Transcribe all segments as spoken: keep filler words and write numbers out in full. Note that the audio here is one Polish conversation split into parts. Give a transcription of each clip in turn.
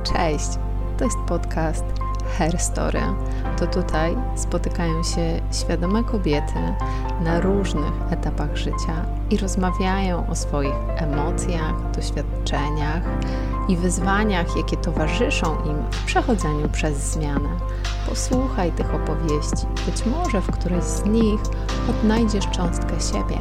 Cześć, to jest podcast Her Story. To tutaj spotykają się świadome kobiety na różnych etapach życia i rozmawiają o swoich emocjach, doświadczeniach i wyzwaniach, jakie towarzyszą im w przechodzeniu przez zmianę. Posłuchaj tych opowieści, być może w którejś z nich odnajdziesz cząstkę siebie.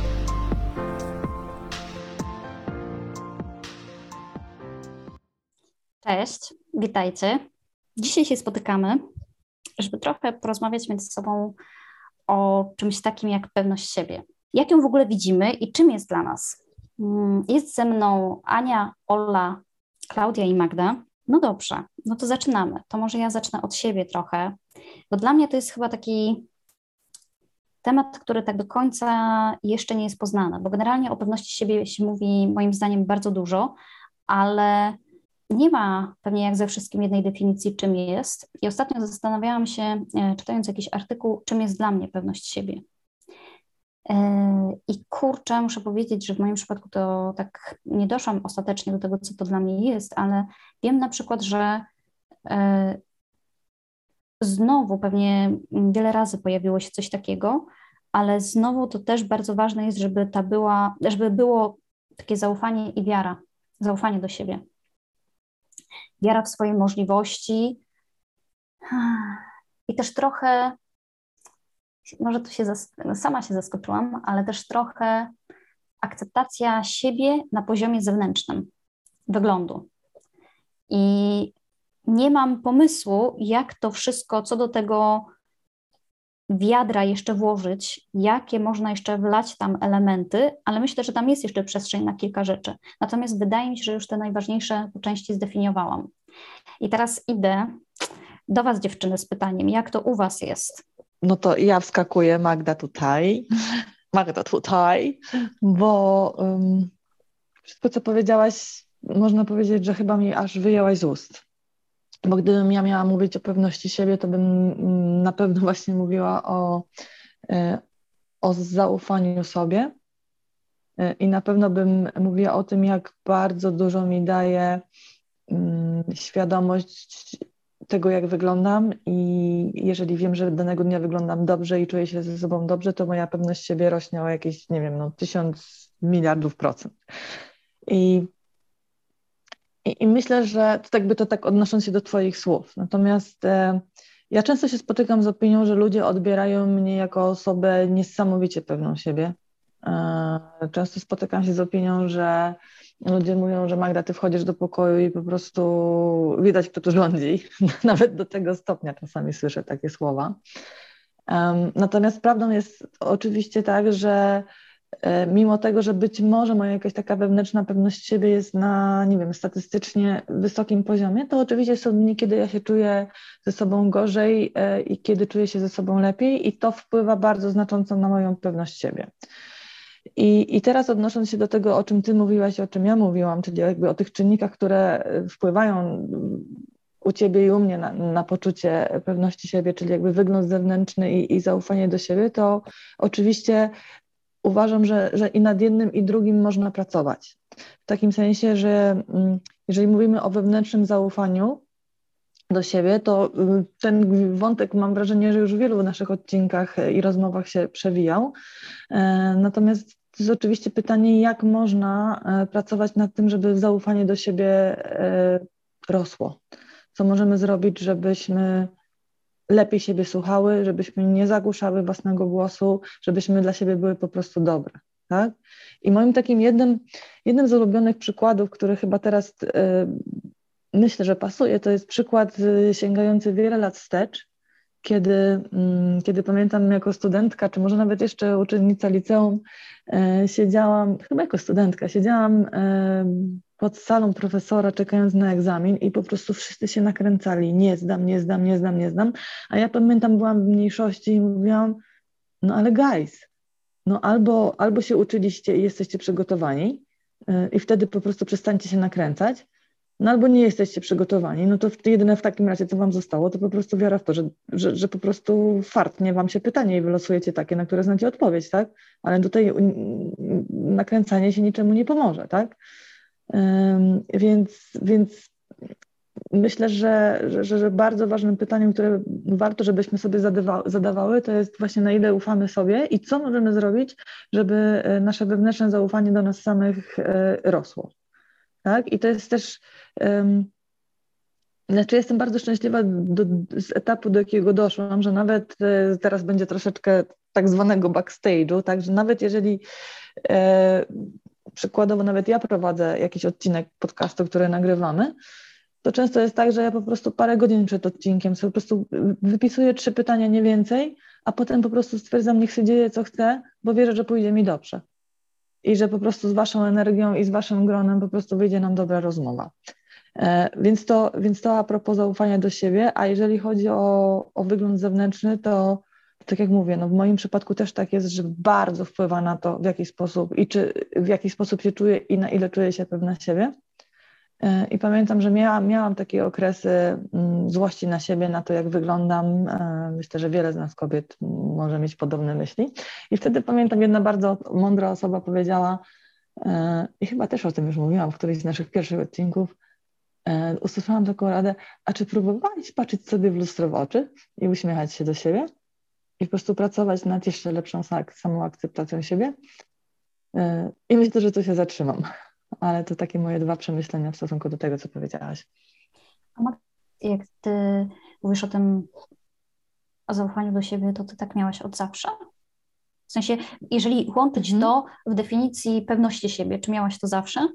Cześć, witajcie. Dzisiaj się spotykamy, żeby trochę porozmawiać między sobą o czymś takim jak pewność siebie. Jak ją w ogóle widzimy i czym jest dla nas? Jest ze mną Ania, Ola, Klaudia i Magda. No dobrze, no to zaczynamy. To może ja zacznę od siebie trochę, bo dla mnie to jest chyba taki temat, który tak do końca jeszcze nie jest poznany, bo generalnie o pewności siebie się mówi moim zdaniem bardzo dużo, ale nie ma pewnie jak ze wszystkim jednej definicji, czym jest. I ostatnio zastanawiałam się, czytając jakiś artykuł, czym jest dla mnie pewność siebie. I kurczę, muszę powiedzieć, że w moim przypadku to tak nie doszłam ostatecznie do tego, co to dla mnie jest, ale wiem na przykład, że znowu pewnie wiele razy pojawiło się coś takiego, ale znowu to też bardzo ważne jest, żeby ta była, żeby było takie zaufanie i wiara, zaufanie do siebie. Wiara w swoje możliwości i też trochę, może tu się zas- sama się zaskoczyłam, ale też trochę akceptacja siebie na poziomie zewnętrznym, wyglądu. I nie mam pomysłu, jak to wszystko, co do tego wiadra jeszcze włożyć, jakie można jeszcze wlać tam elementy, ale myślę, że tam jest jeszcze przestrzeń na kilka rzeczy. Natomiast wydaje mi się, że już te najważniejsze po części zdefiniowałam. I teraz idę do was, dziewczyny, z pytaniem, jak to u was jest? No to ja wskakuję, Magda tutaj, Magda tutaj, bo um, wszystko, co powiedziałaś, można powiedzieć, że chyba mi aż wyjęłaś z ust. Bo gdybym ja miała mówić o pewności siebie, to bym na pewno właśnie mówiła o, o zaufaniu sobie i na pewno bym mówiła o tym, jak bardzo dużo mi daje świadomość tego, jak wyglądam, i jeżeli wiem, że danego dnia wyglądam dobrze i czuję się ze sobą dobrze, to moja pewność siebie rośnie o jakieś, nie wiem, no tysiąc miliardów procent. I I, I myślę, że to jakby to tak odnosząc się do twoich słów. Natomiast e, ja często się spotykam z opinią, że ludzie odbierają mnie jako osobę niesamowicie pewną siebie. E, często spotykam się z opinią, że ludzie mówią, że Magda, ty wchodzisz do pokoju i po prostu widać, kto tu rządzi. Nawet do tego stopnia czasami słyszę takie słowa. E, natomiast prawdą jest oczywiście tak, że mimo tego, że być może moja jakaś taka wewnętrzna pewność siebie jest na, nie wiem, statystycznie wysokim poziomie, to oczywiście są dni, kiedy ja się czuję ze sobą gorzej i kiedy czuję się ze sobą lepiej, i to wpływa bardzo znacząco na moją pewność siebie. I, i teraz odnosząc się do tego, o czym ty mówiłaś, o czym ja mówiłam, czyli jakby o tych czynnikach, które wpływają u ciebie i u mnie na, na poczucie pewności siebie, czyli jakby wygląd zewnętrzny i, i zaufanie do siebie, to oczywiście uważam, że, że i nad jednym, i drugim można pracować. W takim sensie, że jeżeli mówimy o wewnętrznym zaufaniu do siebie, to ten wątek, mam wrażenie, że już w wielu naszych odcinkach i rozmowach się przewijał. Natomiast to jest oczywiście pytanie, jak można pracować nad tym, żeby zaufanie do siebie rosło. Co możemy zrobić, żebyśmy lepiej siebie słuchały, żebyśmy nie zagłuszały własnego głosu, żebyśmy dla siebie były po prostu dobre, tak? I moim takim jednym, jednym z ulubionych przykładów, który chyba teraz y, myślę, że pasuje, to jest przykład y, sięgający wiele lat wstecz, kiedy, y, kiedy pamiętam jako studentka, czy może nawet jeszcze uczennica liceum, y, siedziałam, chyba jako studentka, siedziałam y, pod salą profesora, czekając na egzamin, i po prostu wszyscy się nakręcali. Nie zdam, nie zdam, nie zdam, nie zdam. A ja pamiętam, byłam w mniejszości i mówiłam, no ale guys, no albo, albo się uczyliście i jesteście przygotowani yy, i wtedy po prostu przestańcie się nakręcać, no albo nie jesteście przygotowani, no to jedyne w takim razie, co wam zostało, to po prostu wiara w to, że, że, że po prostu fartnie wam się pytanie i wylosujecie takie, na które znacie odpowiedź, tak? Ale tutaj nakręcanie się niczemu nie pomoże, tak? Um, więc, więc myślę, że, że, że bardzo ważnym pytaniem, które warto, żebyśmy sobie zadawa, zadawały, to jest właśnie na ile ufamy sobie i co możemy zrobić, żeby nasze wewnętrzne zaufanie do nas samych rosło. Tak? I to jest też... Um, Znaczy jestem bardzo szczęśliwa do, z etapu, do jakiego doszłam, że nawet e, teraz będzie troszeczkę tak zwanego backstage'u, także nawet jeżeli e, przykładowo nawet ja prowadzę jakiś odcinek podcastu, który nagrywamy, to często jest tak, że ja po prostu parę godzin przed odcinkiem sobie po prostu wypisuję trzy pytania, nie więcej, a potem po prostu stwierdzam, niech się dzieje co chce, bo wierzę, że pójdzie mi dobrze. I że po prostu z waszą energią i z waszym gronem po prostu wyjdzie nam dobra rozmowa. Więc to, więc to a propos zaufania do siebie, a jeżeli chodzi o, o wygląd zewnętrzny, to tak jak mówię, no w moim przypadku też tak jest, że bardzo wpływa na to, w jaki sposób i czy w jaki sposób się czuję i na ile czuję się pewna siebie. I pamiętam, że miałam, miałam takie okresy złości na siebie, na to, jak wyglądam. Myślę, że wiele z nas kobiet może mieć podobne myśli. I wtedy pamiętam, jedna bardzo mądra osoba powiedziała, i chyba też o tym już mówiłam w którymś z naszych pierwszych odcinków, usłyszałam taką radę, a czy próbowałeś patrzeć sobie w lustro w oczy i uśmiechać się do siebie i po prostu pracować nad jeszcze lepszą samoakceptacją siebie? I myślę, że tu się zatrzymam. Ale to takie moje dwa przemyślenia w stosunku do tego, co powiedziałaś. A jak ty mówisz o tym, o zaufaniu do siebie, to ty tak miałaś od zawsze? W sensie, jeżeli łączyć mhm. to w definicji pewności siebie, czy miałaś to zawsze?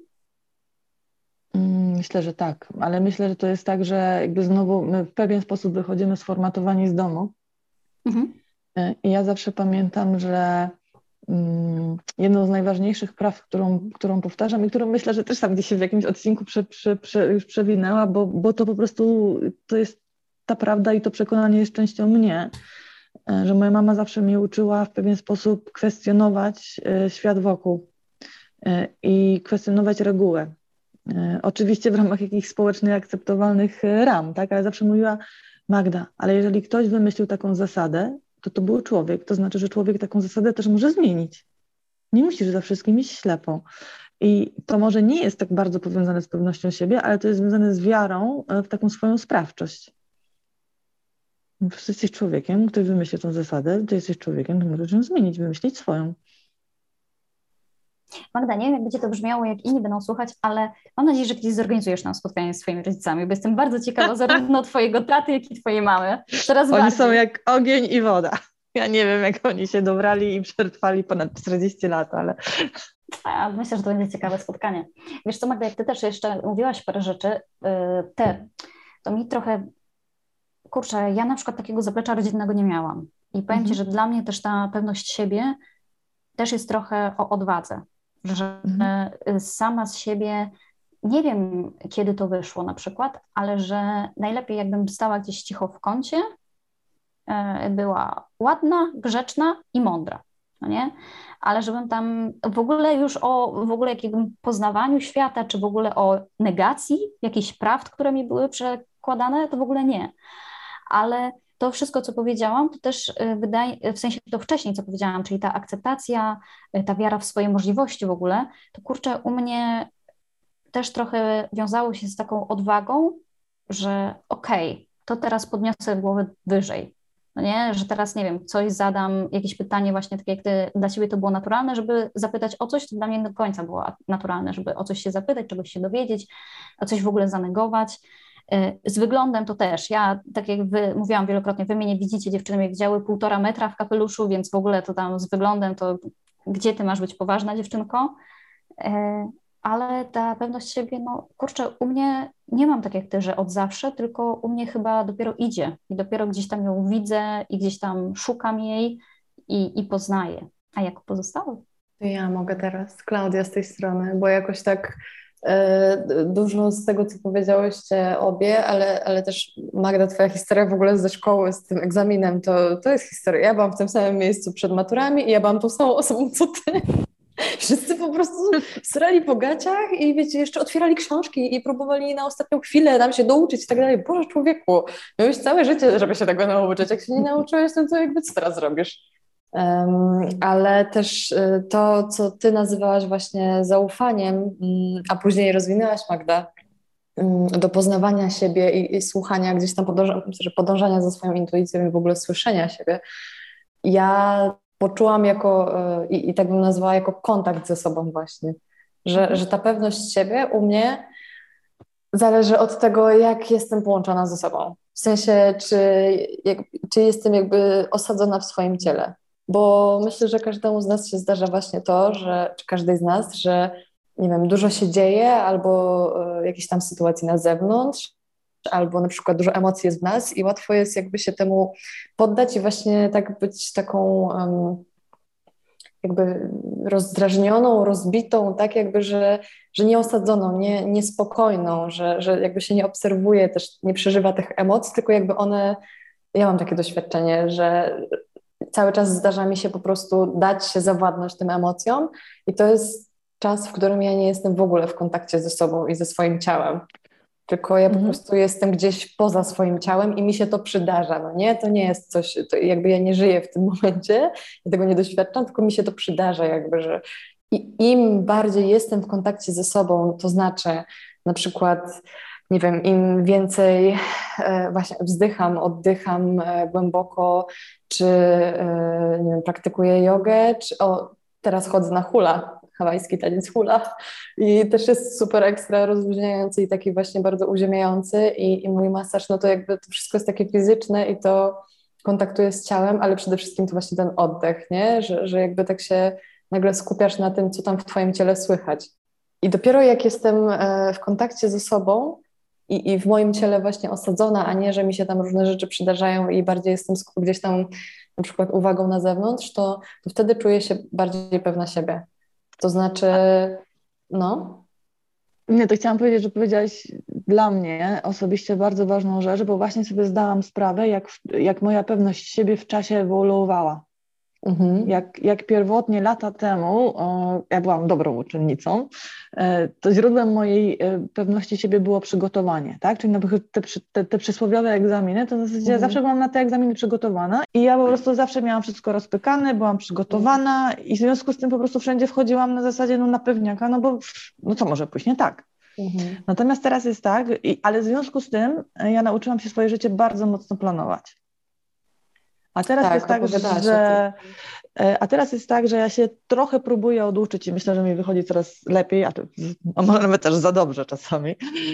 Myślę, że tak, ale myślę, że to jest tak, że jakby znowu my w pewien sposób wychodzimy sformatowani z domu. Mhm. I ja zawsze pamiętam, że um, jedną z najważniejszych praw, którą, którą powtarzam i którą myślę, że też tam gdzieś się w jakimś odcinku prze, prze, prze, już przewinęła, bo, bo to po prostu to jest ta prawda i to przekonanie jest częścią mnie, że moja mama zawsze mnie uczyła w pewien sposób kwestionować świat wokół i kwestionować regułę. Oczywiście w ramach jakichś społecznie akceptowalnych ram, tak? Ale zawsze mówiła, Magda, ale jeżeli ktoś wymyślił taką zasadę, to to był człowiek, to znaczy, że człowiek taką zasadę też może zmienić. Nie musisz za wszystkim iść ślepo. I to może nie jest tak bardzo powiązane z pewnością siebie, ale to jest związane z wiarą w taką swoją sprawczość. Po prostu jesteś człowiekiem, który wymyślił tą zasadę, ty jesteś człowiekiem, to możesz ją zmienić, wymyślić swoją. Magda, nie wiem, jak będzie to brzmiało, jak inni będą słuchać, ale mam nadzieję, że kiedyś zorganizujesz nam spotkanie z swoimi rodzicami, bo jestem bardzo ciekawa zarówno twojego taty, jak i twojej mamy. Coraz oni bardziej. Są jak ogień i woda. Ja nie wiem, jak oni się dobrali i przetrwali ponad czterdzieści lat, ale... A, myślę, że to będzie ciekawe spotkanie. Wiesz co, Magda, jak ty też jeszcze mówiłaś parę rzeczy, te, to mi trochę, kurczę, ja na przykład takiego zaplecza rodzinnego nie miałam. I powiem mhm. ci, że dla mnie też ta pewność siebie też jest trochę o odwadze. Że mhm. sama z siebie, nie wiem kiedy to wyszło na przykład, ale że najlepiej jakbym stała gdzieś cicho w kącie, była ładna, grzeczna i mądra, no nie? Ale żebym tam w ogóle już o w ogóle jakimś poznawaniu świata, czy w ogóle o negacji jakichś prawd, które mi były przekładane, to w ogóle nie. Ale to wszystko, co powiedziałam, to też wydaje, w sensie to wcześniej, co powiedziałam, czyli ta akceptacja, ta wiara w swoje możliwości w ogóle, to kurczę, u mnie też trochę wiązało się z taką odwagą, że okej, okay, to teraz podniosę głowę wyżej, no nie, że teraz, nie wiem, coś zadam, jakieś pytanie właśnie takie jak ty, dla ciebie to było naturalne, żeby zapytać o coś, to dla mnie nie do końca było naturalne, żeby o coś się zapytać, czegoś się dowiedzieć, o coś w ogóle zanegować. Z wyglądem to też. Ja, tak jak wy, mówiłam wielokrotnie, wy mnie nie widzicie, dziewczyny mnie widziały półtora metra w kapeluszu, więc w ogóle to tam z wyglądem to gdzie ty masz być poważna dziewczynko? Ale ta pewność siebie, no kurczę, u mnie nie mam tak jak ty, że od zawsze, tylko u mnie chyba dopiero idzie i dopiero gdzieś tam ją widzę i gdzieś tam szukam jej i, i poznaję. A jak pozostałe? Ja mogę teraz, Klaudia z tej strony, bo jakoś tak dużo z tego, co powiedziałyście obie, ale, ale też Magda, twoja historia w ogóle ze szkoły, z tym egzaminem, to, to jest historia. Ja byłam w tym samym miejscu przed maturami i ja byłam tą samą osobą, co ty. Wszyscy po prostu srali po gaciach i wiecie, jeszcze otwierali książki i próbowali na ostatnią chwilę nam się douczyć i tak dalej. Boże, człowieku, miałeś całe życie, żeby się tego nauczyć. Jak się nie nauczyłeś, to, to jakby co teraz zrobisz? Um, ale też y, to, co ty nazywałaś właśnie zaufaniem, y, a później rozwinęłaś, Magda, do poznawania siebie i, i słuchania, gdzieś tam podąża, że podążania za swoją intuicją i w ogóle słyszenia siebie, ja poczułam jako, i, i tak bym nazwała, jako kontakt ze sobą właśnie, że, że ta pewność siebie u mnie zależy od tego, jak jestem połączona ze sobą. W sensie, czy, jak, czy jestem jakby osadzona w swoim ciele. Bo myślę, że każdemu z nas się zdarza właśnie to, że, czy każdej z nas, że nie wiem, dużo się dzieje albo y, jakieś tam sytuacji na zewnątrz, albo na przykład dużo emocji jest w nas i łatwo jest jakby się temu poddać i właśnie tak być taką um, jakby rozdrażnioną, rozbitą, tak jakby, że, że nieosadzoną, nie, niespokojną, że, że jakby się nie obserwuje, też nie przeżywa tych emocji, tylko jakby one, ja mam takie doświadczenie, że cały czas zdarza mi się po prostu dać się zawładnąć tym emocjom i to jest czas, w którym ja nie jestem w ogóle w kontakcie ze sobą i ze swoim ciałem. Tylko ja po Mhm. prostu jestem gdzieś poza swoim ciałem i mi się to przydarza, no nie? To nie jest coś, to jakby ja nie żyję w tym momencie, ja tego nie doświadczam, tylko mi się to przydarza jakby, że i im bardziej jestem w kontakcie ze sobą, to znaczy na przykład, nie wiem, im więcej e, właśnie wzdycham, oddycham e, głęboko, czy e, nie wiem, praktykuję jogę, czy o, teraz chodzę na hula, hawajski taniec hula i też jest super ekstra rozluźniający i taki właśnie bardzo uziemiający i, i mój masaż, no to jakby to wszystko jest takie fizyczne i to kontaktuje z ciałem, ale przede wszystkim to właśnie ten oddech, nie? Że, że jakby tak się nagle skupiasz na tym, co tam w twoim ciele słychać. I dopiero jak jestem w kontakcie ze sobą i, i w moim ciele właśnie osadzona, a nie, że mi się tam różne rzeczy przydarzają i bardziej jestem gdzieś tam na przykład uwagą na zewnątrz, to, to wtedy czuję się bardziej pewna siebie. To znaczy, no. Nie, to chciałam powiedzieć, że powiedziałaś dla mnie osobiście bardzo ważną rzecz, bo właśnie sobie zdałam sprawę, jak, jak moja pewność siebie w czasie ewoluowała. Mhm. Jak, jak pierwotnie lata temu, o, ja byłam dobrą uczennicą, e, to źródłem mojej e, pewności siebie było przygotowanie, tak? Czyli na przykład te, te, te przysłowiowe egzaminy, to w zasadzie mhm. zawsze byłam na te egzaminy przygotowana i ja po prostu zawsze miałam wszystko rozpykane, byłam przygotowana mhm. i w związku z tym po prostu wszędzie wchodziłam na zasadzie no na pewniaka, no bo no co może pójść nie tak. Mhm. Natomiast teraz jest tak, i, ale w związku z tym ja nauczyłam się swoje życie bardzo mocno planować. A teraz tak, jest tak, że a teraz jest tak, że ja się trochę próbuję oduczyć i myślę, że mi wychodzi coraz lepiej, a, to, a może nawet też za dobrze czasami,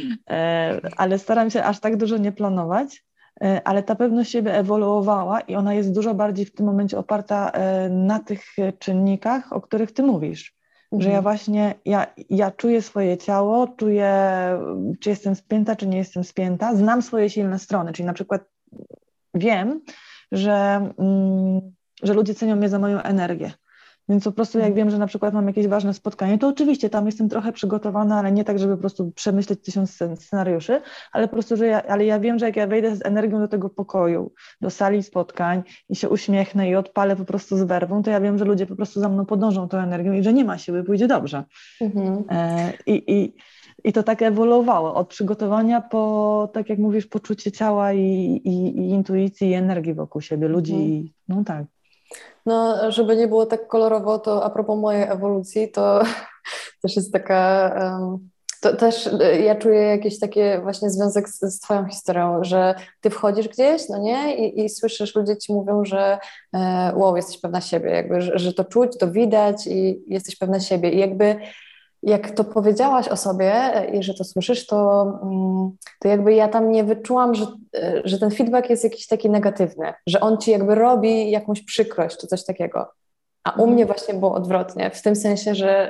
ale staram się aż tak dużo nie planować, ale ta pewność siebie ewoluowała i ona jest dużo bardziej w tym momencie oparta na tych czynnikach, o których ty mówisz. Mhm. Że ja właśnie, ja, ja czuję swoje ciało, czuję, czy jestem spięta, czy nie jestem spięta, znam swoje silne strony, czyli na przykład wiem, że, mm, że ludzie cenią mnie za moją energię. Więc po prostu jak wiem, że na przykład mam jakieś ważne spotkanie, to oczywiście tam jestem trochę przygotowana, ale nie tak, żeby po prostu przemyśleć tysiąc scenariuszy, ale po prostu, że ja, ale ja wiem, że jak ja wejdę z energią do tego pokoju, do sali spotkań i się uśmiechnę i odpalę po prostu z werwą, to ja wiem, że ludzie po prostu za mną podążą tą energią i że nie ma siły, pójdzie dobrze. Mhm. E, i, i I to tak ewoluowało od przygotowania po, tak jak mówisz, poczucie ciała i, i, i intuicji i energii wokół siebie, ludzi. Mhm. No tak. No, żeby nie było tak kolorowo, to a propos mojej ewolucji, to też jest taka... Um, to też ja czuję jakiś taki właśnie związek z, z twoją historią, że ty wchodzisz gdzieś, no nie, i, i słyszysz, ludzie ci mówią, że e, wow, jesteś pewna siebie, jakby, że, że to czuć, to widać i jesteś pewna siebie. I jakby jak to powiedziałaś o sobie i że to słyszysz, to, to jakby ja tam nie wyczułam, że, że ten feedback jest jakiś taki negatywny, że on ci jakby robi jakąś przykrość czy coś takiego. A u mnie właśnie było odwrotnie, w tym sensie, że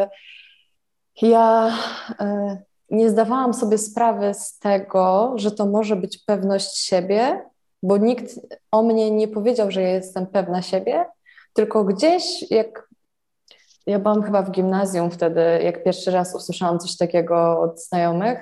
ja nie zdawałam sobie sprawy z tego, że to może być pewność siebie, bo nikt o mnie nie powiedział, że ja jestem pewna siebie, tylko gdzieś jak ja byłam chyba w gimnazjum wtedy, jak pierwszy raz usłyszałam coś takiego od znajomych,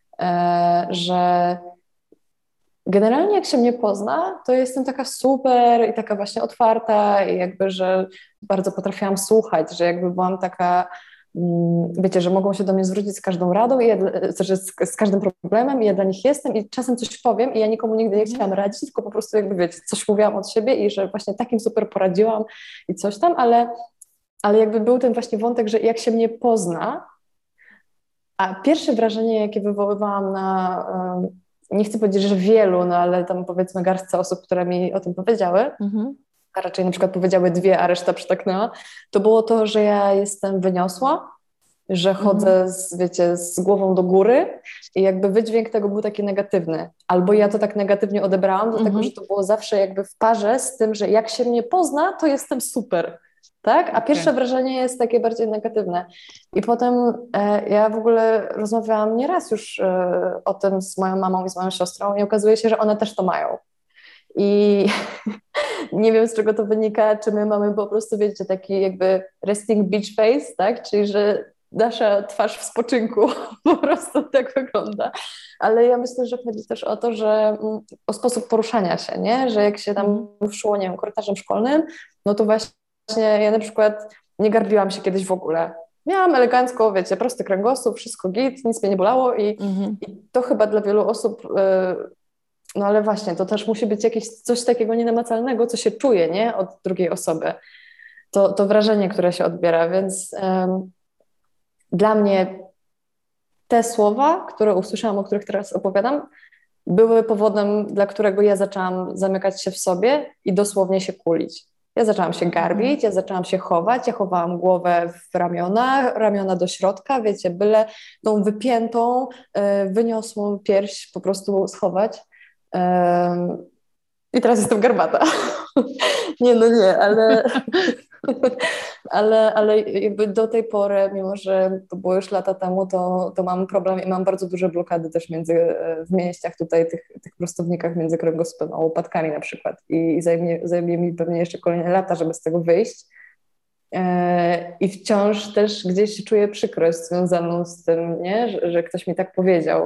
że generalnie jak się mnie pozna, to jestem taka super i taka właśnie otwarta i jakby, że bardzo potrafiłam słuchać, że jakby byłam taka, wiecie, że mogą się do mnie zwrócić z każdą radą, i ja, że z, z każdym problemem i ja dla nich jestem i czasem coś powiem i ja nikomu nigdy nie chciałam radzić, tylko po prostu jakby, wiecie, coś mówiłam od siebie i że właśnie takim super poradziłam i coś tam, ale Ale jakby był ten właśnie wątek, że jak się mnie pozna, A pierwsze wrażenie, jakie wywoływałam na, nie chcę powiedzieć, że wielu, no ale tam powiedzmy garstce osób, które mi o tym powiedziały, mhm. a raczej na przykład powiedziały dwie, a reszta przytaknęła, to było to, że ja jestem wyniosła, że chodzę, mhm. z, wiecie, z głową do góry i jakby wydźwięk tego był taki negatywny. Albo ja to tak negatywnie odebrałam, dlatego mhm. że to było zawsze jakby w parze z tym, że jak się mnie pozna, to jestem super. Tak? A pierwsze okay. wrażenie jest takie bardziej negatywne. I potem e, ja w ogóle rozmawiałam nieraz już e, o tym z moją mamą i z moją siostrą i okazuje się, że one też to mają. I nie wiem, z czego to wynika, czy my mamy po prostu, wiecie, taki jakby resting beach face, tak? Czyli że nasza twarz w spoczynku po prostu tak wygląda. Ale ja myślę, że chodzi też o to, że o sposób poruszania się, nie? Że jak się tam szło, nie wiem, korytarzem szkolnym, no to właśnie ja na przykład nie garbiłam się kiedyś w ogóle. Miałam elegancko, wiecie, prosty kręgosłup, wszystko git, nic mnie nie bolało i, mhm. i to chyba dla wielu osób, yy, no ale właśnie, to też musi być jakieś coś takiego nienamacalnego, co się czuje, nie? Od drugiej osoby. To, to wrażenie, które się odbiera, więc yy, dla mnie te słowa, które usłyszałam, o których teraz opowiadam, były powodem, dla którego ja zaczęłam zamykać się w sobie i dosłownie się kulić. Ja zaczęłam się garbić, ja zaczęłam się chować, ja chowałam głowę w ramiona, ramiona do środka, wiecie, byle tą wypiętą, wyniosłą pierś po prostu schować. I teraz jestem garbata. Nie, no nie, ale, ale, ale jakby do tej pory, mimo że to było już lata temu, to, to mam problem i mam bardzo duże blokady też między, w mięśniach tutaj, tych, tych prostownikach między kręgosłupem a łopatkami na przykład. I zajmie, zajmie mi pewnie jeszcze kolejne lata, żeby z tego wyjść. I wciąż też gdzieś czuję przykrość związaną z tym, nie? Że, że ktoś mi tak powiedział.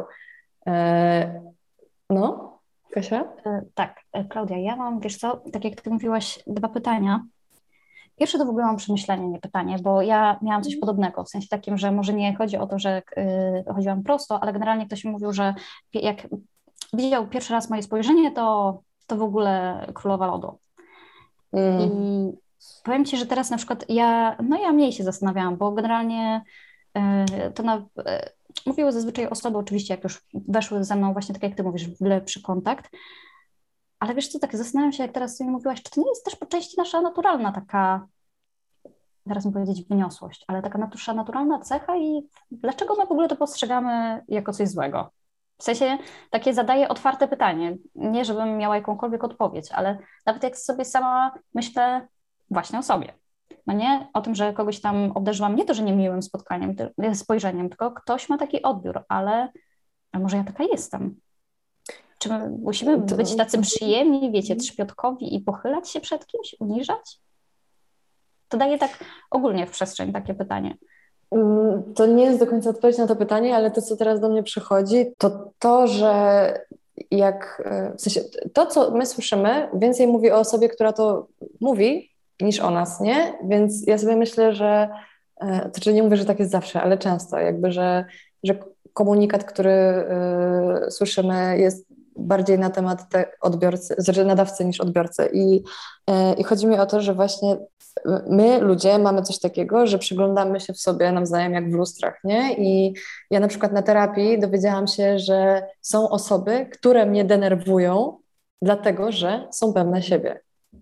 No? Kasia? Tak, Klaudia, ja mam, wiesz co, tak jak ty mówiłaś, dwa pytania. Pierwsze to w ogóle mam przemyślenie, nie pytanie, bo ja miałam coś podobnego, w sensie takim, że może nie chodzi o to, że yy, chodziłam prosto, ale generalnie ktoś mi mówił, że jak widział pierwszy raz moje spojrzenie, to, to w ogóle królowa lodu. Mm. I powiem ci, że teraz na przykład ja, no ja mniej się zastanawiałam, bo generalnie yy, to na... Yy, mówiły zazwyczaj osoby, oczywiście, jak już weszły ze mną właśnie tak jak ty mówisz, w lepszy kontakt, ale wiesz co, tak zastanawiam się, jak teraz mi mówiłaś, czy to nie jest też po części nasza naturalna taka, zaraz mi powiedzieć wyniosłość, ale taka nasza naturalna cecha i dlaczego my w ogóle to postrzegamy jako coś złego? W sensie takie zadaję otwarte pytanie, nie żebym miała jakąkolwiek odpowiedź, ale nawet jak sobie sama myślę właśnie o sobie. No nie o tym, że kogoś tam obdarzyłam, nie to, że niemiłym spotkaniem, spojrzeniem, tylko ktoś ma taki odbiór, ale a może ja taka jestem? Czy my musimy być tacy przyjemni, wiecie, trzpiotkowi i pochylać się przed kimś, uniżać? To daje tak ogólnie w przestrzeń takie pytanie. To nie jest do końca odpowiedź na to pytanie, ale to, co teraz do mnie przychodzi, to to, że jak, w sensie, to, co my słyszymy, więcej mówi o osobie, która to mówi, niż o nas, nie? Więc ja sobie myślę, że, to czyli nie mówię, że tak jest zawsze, ale często, jakby, że, że komunikat, który y, słyszymy, jest bardziej na temat te odbiorcy, znaczy nadawcy niż odbiorcy. I, y, I chodzi mi o to, że właśnie my, ludzie, mamy coś takiego, że przyglądamy się w sobie nawzajem jak w lustrach, nie? I ja na przykład na terapii dowiedziałam się, że są osoby, które mnie denerwują, dlatego że są pewne siebie.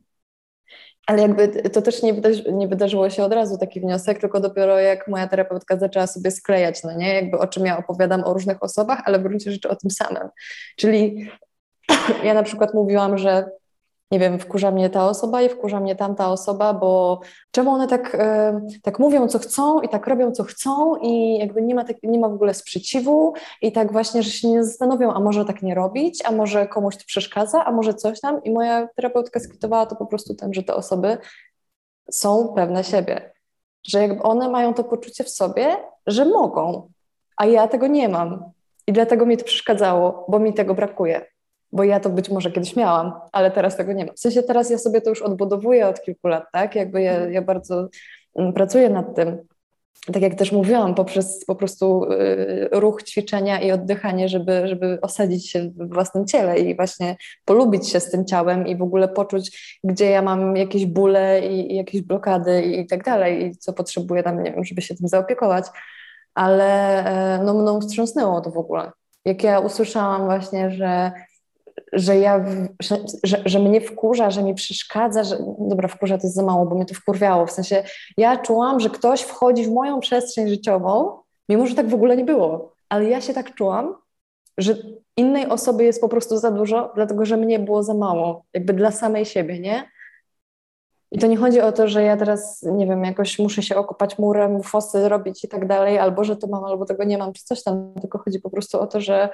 Ale jakby to też nie, wydarzy, nie wydarzyło się od razu taki wniosek, tylko dopiero jak moja terapeutka zaczęła sobie sklejać, no nie? Jakby o czym ja opowiadam o różnych osobach, ale w gruncie rzeczy o tym samym. Czyli ja na przykład mówiłam, że nie wiem, wkurza mnie ta osoba i wkurza mnie tamta osoba, bo czemu one tak, e, tak mówią, co chcą i tak robią, co chcą i jakby nie ma, tak, nie ma w ogóle sprzeciwu i tak właśnie, że się nie zastanowią, a może tak nie robić, a może komuś to przeszkadza, a może coś tam i moja terapeutka skwitowała to po prostu tym, że te osoby są pewne siebie, że jakby one mają to poczucie w sobie, że mogą, a ja tego nie mam i dlatego mi to przeszkadzało, bo mi tego brakuje. Bo ja to być może kiedyś miałam, ale teraz tego nie mam. W sensie teraz ja sobie to już odbudowuję od kilku lat, tak? Jakby ja, ja bardzo pracuję nad tym. Tak jak też mówiłam, poprzez po prostu y, ruch, ćwiczenia i oddychanie, żeby, żeby osadzić się w własnym ciele i właśnie polubić się z tym ciałem i w ogóle poczuć, gdzie ja mam jakieś bóle i, i jakieś blokady i, i tak dalej i co potrzebuję tam, nie wiem, żeby się tym zaopiekować. ale e, no mną wstrząsnęło to w ogóle. Jak ja usłyszałam właśnie, że, że ja, że, że, że mnie wkurza, że mi przeszkadza, że dobra, wkurza to jest za mało, bo mnie to wkurwiało, w sensie ja czułam, że ktoś wchodzi w moją przestrzeń życiową, mimo że tak w ogóle nie było, ale ja się tak czułam, że innej osoby jest po prostu za dużo, dlatego że mnie było za mało, jakby dla samej siebie, nie? I to nie chodzi o to, że ja teraz, nie wiem, jakoś muszę się okopać murem, fosy robić i tak dalej, albo że to mam, albo tego nie mam, czy coś tam, tylko chodzi po prostu o to, że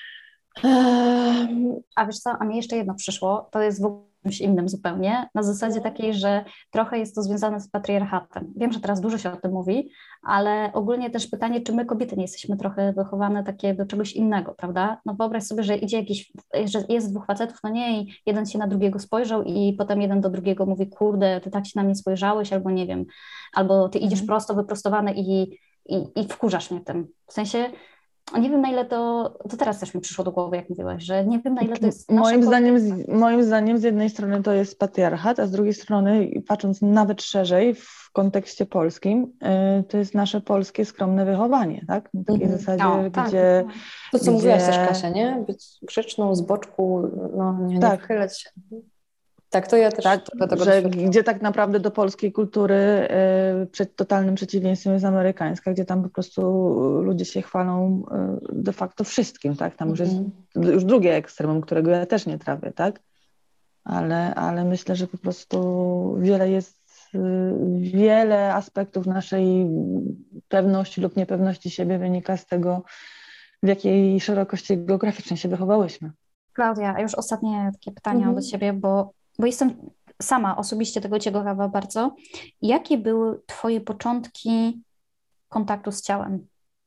Ehm, A wiesz co, a mi jeszcze jedno przyszło, to jest w ogóle czymś innym zupełnie, na zasadzie takiej, że trochę jest to związane z patriarchatem. Wiem, że teraz dużo się o tym mówi, ale ogólnie też pytanie, czy my kobiety nie jesteśmy trochę wychowane takie do czegoś innego, prawda? No wyobraź sobie, że idzie jakiś, że jest dwóch facetów, no nie, i jeden się na drugiego spojrzał i potem jeden do drugiego mówi, kurde, ty tak się na mnie spojrzałeś, albo nie wiem, albo ty idziesz prosto, wyprostowany i, i, i wkurzasz mnie tym. W sensie nie wiem, na ile to, to teraz też mi przyszło do głowy, jak mówiłaś, że nie wiem, na ile to jest Moim nasza zdaniem, kolejna. z, moim zdaniem z jednej strony to jest patriarchat, a z drugiej strony, patrząc nawet szerzej w kontekście polskim, y, to jest nasze polskie skromne wychowanie, tak? Na takiej Mhm. zasadzie, O, tak. gdzie... to, co gdzie... mówiłaś też, Kasia, nie? Być grzeczną z boczku, no nie, nie Tak. wychylać się. Tak, to ja też Tak, trochę tego że doświadczam. gdzie tak naprawdę do polskiej kultury y, przed totalnym przeciwieństwem jest amerykańska, gdzie tam po prostu ludzie się chwalą y, de facto wszystkim, tak? Tam już jest Mhm. już drugie ekstremum, którego ja też nie trawię, tak? Ale, ale myślę, że po prostu wiele jest, y, wiele aspektów naszej pewności lub niepewności siebie wynika z tego, w jakiej szerokości geograficznej się wychowałyśmy. Klaudia, a już ostatnie takie pytanie Mhm. do Ciebie, bo, bo jestem sama osobiście tego ciekawa bardzo. Jakie były Twoje początki kontaktu z ciałem?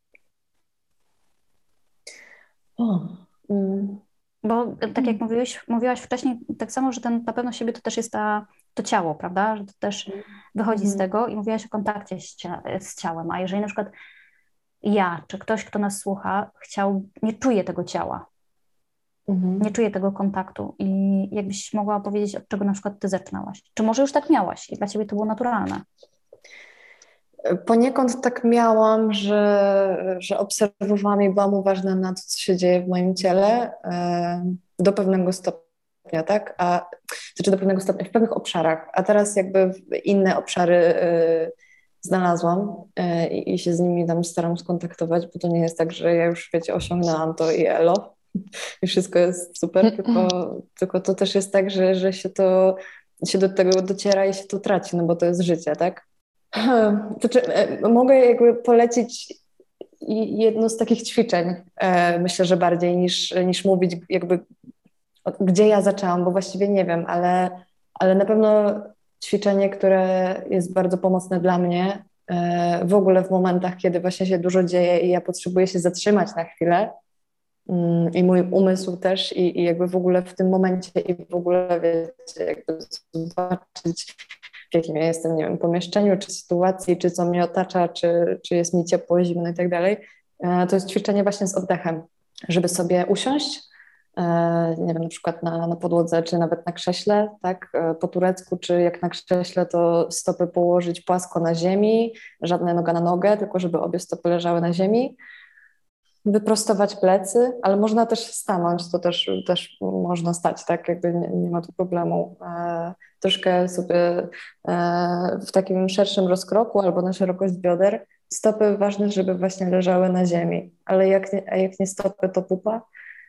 O, mm, Bo tak jak mówiłeś, mówiłaś wcześniej, tak samo, że ten, ta pewność siebie to też jest ta, to ciało, prawda? Że to też wychodzi z Mhm. tego i mówiłaś o kontakcie z, cia, z ciałem. A jeżeli na przykład ja, czy ktoś, kto nas słucha, chciał, nie czuje tego ciała, mhm. nie czuje tego kontaktu i jakbyś mogła powiedzieć, od czego na przykład ty zaczynałaś? Czy może już tak miałaś i dla ciebie to było naturalne? Poniekąd tak miałam, że, że obserwowałam i byłam uważna na to, co się dzieje w moim ciele e, do pewnego stopnia, tak? A, znaczy do pewnego stopnia, w pewnych obszarach, a teraz jakby inne obszary e, znalazłam e, i, i się z nimi tam staram skontaktować, bo to nie jest tak, że ja już, wiecie, osiągnęłam to i elo, i wszystko jest super, tylko, tylko to też jest tak, że, że się to, się do tego dociera i się to traci, no bo to jest życie, tak? To czy, e, mogę jakby polecić i- jedno z takich ćwiczeń, e, myślę, że bardziej niż, niż mówić jakby o- gdzie ja zaczęłam, bo właściwie nie wiem, ale, ale na pewno ćwiczenie, które jest bardzo pomocne dla mnie e, w ogóle w momentach, kiedy właśnie się dużo dzieje i ja potrzebuję się zatrzymać na chwilę mm, i mój umysł też i, i jakby w ogóle w tym momencie i w ogóle wiecie, jakby zobaczyć w jakim ja jestem, nie wiem, pomieszczeniu, czy sytuacji, czy co mnie otacza, czy, czy jest mi ciepło, zimno i tak dalej. E, To jest ćwiczenie właśnie z oddechem, żeby sobie usiąść, e, nie wiem, na przykład na, na podłodze, czy nawet na krześle, tak, e, po turecku, czy jak na krześle, to stopy położyć płasko na ziemi, żadna noga na nogę, tylko żeby obie stopy leżały na ziemi. Wyprostować plecy, ale można też stanąć, to też, też można stać, tak, jakby nie, nie ma tu problemu. E, troszkę sobie e, w takim szerszym rozkroku albo na szerokość bioder. Stopy ważne, żeby właśnie leżały na ziemi, ale jak nie, a jak nie stopy, to pupa.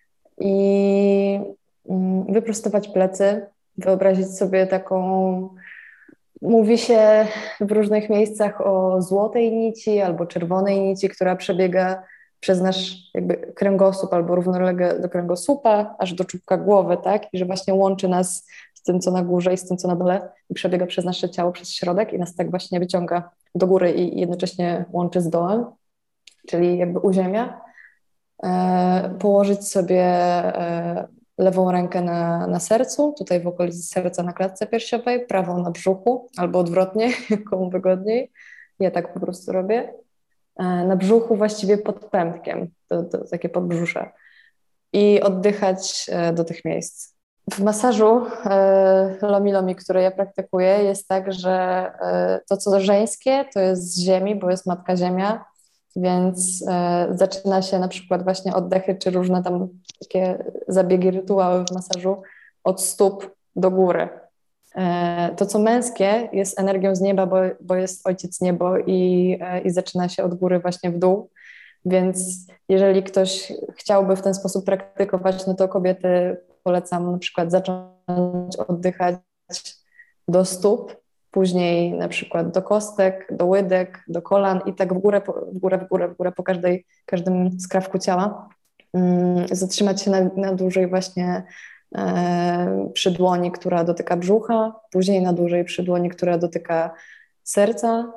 I mm, wyprostować plecy, wyobrazić sobie taką, mówi się w różnych miejscach o złotej nici albo czerwonej nici, która przebiega przez nasz jakby kręgosłup albo równolegle do kręgosłupa, aż do czubka głowy, tak? I że właśnie łączy nas z tym, co na górze i z tym, co na dole i przebiega przez nasze ciało, przez środek i nas tak właśnie wyciąga do góry i jednocześnie łączy z dołem, czyli jakby uziemia. E, położyć sobie e, lewą rękę na, na sercu, tutaj w okolicy serca na klatce piersiowej, prawą na brzuchu albo odwrotnie, komu wygodniej. Ja tak po prostu robię. Na brzuchu właściwie pod pępkiem, to, to takie podbrzusze i oddychać do tych miejsc. W masażu Lomi Lomi, który ja praktykuję, jest tak, że to co żeńskie to jest z ziemi, bo jest Matka Ziemia Więc e, zaczyna się na przykład właśnie oddechy, czy różne tam takie zabiegi, rytuały w masażu od stóp do góry. E, to, co męskie, jest energią z nieba, bo, bo jest ojciec niebo i, e, i zaczyna się od góry właśnie w dół. Więc jeżeli ktoś chciałby w ten sposób praktykować, no to kobiety polecam na przykład zacząć oddychać do stóp, później na przykład do kostek, do łydek, do kolan i tak w górę, w górę, w górę, w górę po każdej, każdym skrawku ciała. Zatrzymać się na, na dłużej właśnie e, przy dłoni, która dotyka brzucha, później na dłużej przy dłoni, która dotyka serca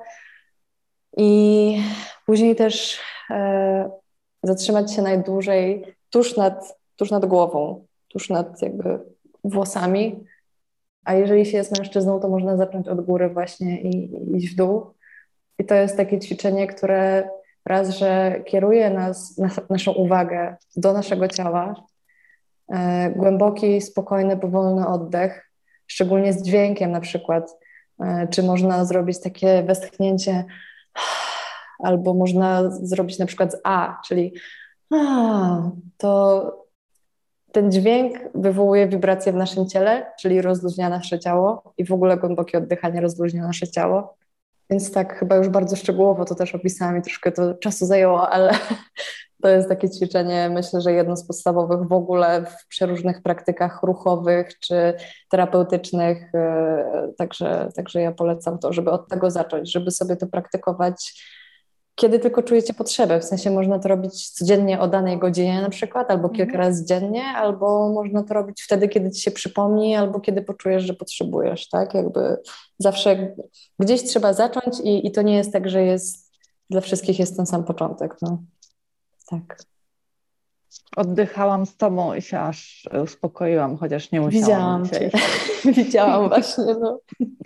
i później też e, zatrzymać się najdłużej tuż nad, tuż nad głową, tuż nad jakby włosami. A jeżeli się jest mężczyzną, to można zacząć od góry właśnie i, i iść w dół. I to jest takie ćwiczenie, które raz, że kieruje nas, nas, naszą uwagę do naszego ciała, e, głęboki, spokojny, powolny oddech, szczególnie z dźwiękiem na przykład. E, czy można zrobić takie westchnięcie, albo można zrobić na przykład z A, czyli a, to ten dźwięk wywołuje wibracje w naszym ciele, czyli rozluźnia nasze ciało i w ogóle głębokie oddychanie rozluźnia nasze ciało. Więc tak, chyba już bardzo szczegółowo to też opisałam i troszkę to czasu zajęło, ale to jest takie ćwiczenie, myślę, że jedno z podstawowych w ogóle w przeróżnych praktykach ruchowych czy terapeutycznych. Także, także ja polecam to, żeby od tego zacząć, żeby sobie to praktykować, kiedy tylko czujecie potrzebę. W sensie można to robić codziennie o danej godzinie na przykład, albo kilka Mhm. razy dziennie, albo można to robić wtedy, kiedy ci się przypomni, albo kiedy poczujesz, że potrzebujesz, tak? Jakby zawsze gdzieś trzeba zacząć i, i to nie jest tak, że jest dla wszystkich jest ten sam początek, no. Tak. Oddychałam z tobą i się aż uspokoiłam, chociaż nie musiałam Widziałam dzisiaj. cię. Widziałam właśnie, no.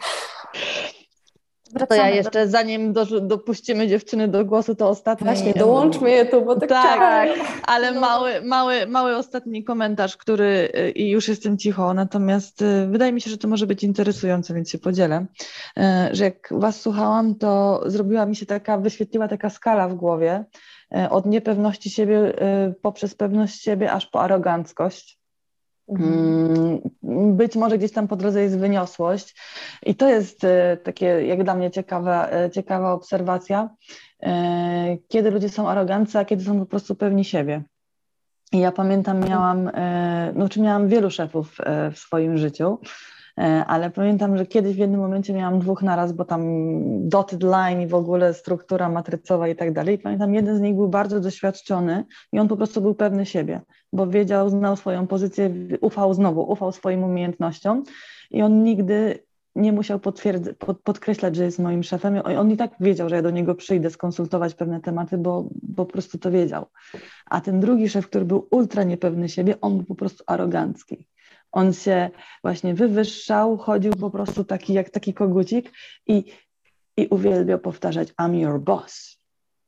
To ja Wracamy jeszcze, zanim do, dopuścimy dziewczyny do głosu, to ostatni... Właśnie, dołączmy je tu, bo tak, Tak, czekają. ale No. mały, mały, mały ostatni komentarz, który y, i już jestem cicho, natomiast y, wydaje mi się, że to może być interesujące, więc się podzielę, y, że jak was słuchałam, to zrobiła mi się taka, wyświetliła taka skala w głowie y, od niepewności siebie y, poprzez pewność siebie aż po aroganckość. Mhm. Być może gdzieś tam po drodze jest wyniosłość i to jest e, takie jak dla mnie ciekawa, e, ciekawa obserwacja, e, kiedy ludzie są aroganccy, a kiedy są po prostu pewni siebie. I ja pamiętam, miałam, e, no czy miałam wielu szefów e, w swoim życiu, e, ale pamiętam, że kiedyś w jednym momencie miałam dwóch naraz, bo tam dotted line i w ogóle struktura matrycowa i tak dalej. I pamiętam, jeden z nich był bardzo doświadczony i on po prostu był pewny siebie, bo wiedział, znał swoją pozycję, ufał znowu, ufał swoim umiejętnościom i on nigdy nie musiał potwierdz- pod, podkreślać, że jest moim szefem. On i tak wiedział, że ja do niego przyjdę skonsultować pewne tematy, bo, bo po prostu to wiedział. A ten drugi szef, który był ultra niepewny siebie, on był po prostu arogancki. On się właśnie wywyższał, chodził po prostu taki jak taki kogucik i, i uwielbiał powtarzać I'm your boss.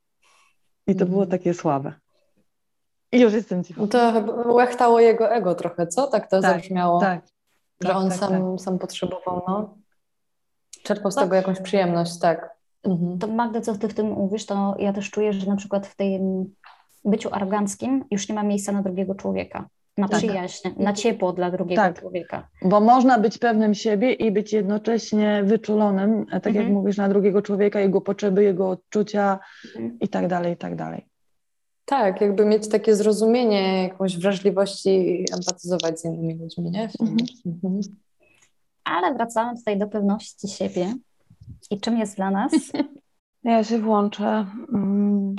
I to było takie słabe. I już jestem cicho. No to chyba łechtało jego ego trochę, co? Tak to Tak, zabrzmiało, tak, że tak, on tak, sam, tak. sam potrzebował, no. Czerpał z Tak. tego jakąś przyjemność, tak. Mhm. To Magda, co ty w tym mówisz, to ja też czuję, że na przykład w tym byciu aroganckim już nie ma miejsca na drugiego człowieka, na Tak. przyjaźń, na ciepło dla drugiego Tak. człowieka. Bo można być pewnym siebie i być jednocześnie wyczulonym, tak jak Mhm. mówisz, na drugiego człowieka, jego potrzeby, jego odczucia Mhm. i tak dalej, i tak dalej. Tak, jakby mieć takie zrozumienie, jakąś wrażliwość i empatyzować z innymi ludźmi, nie? Mhm. Mhm. Ale wracamy tutaj do pewności siebie i czym jest dla nas. Ja się włączę. Mm,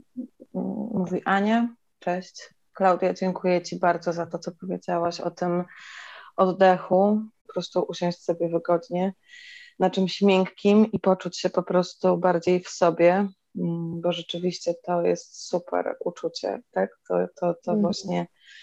Mówi Ania. Cześć. Klaudia, dziękuję Ci bardzo za to, co powiedziałaś o tym oddechu. Po prostu usiąść sobie wygodnie na czymś miękkim i poczuć się po prostu bardziej w sobie, mm, bo rzeczywiście to jest super uczucie, tak? To, to, to Mhm. właśnie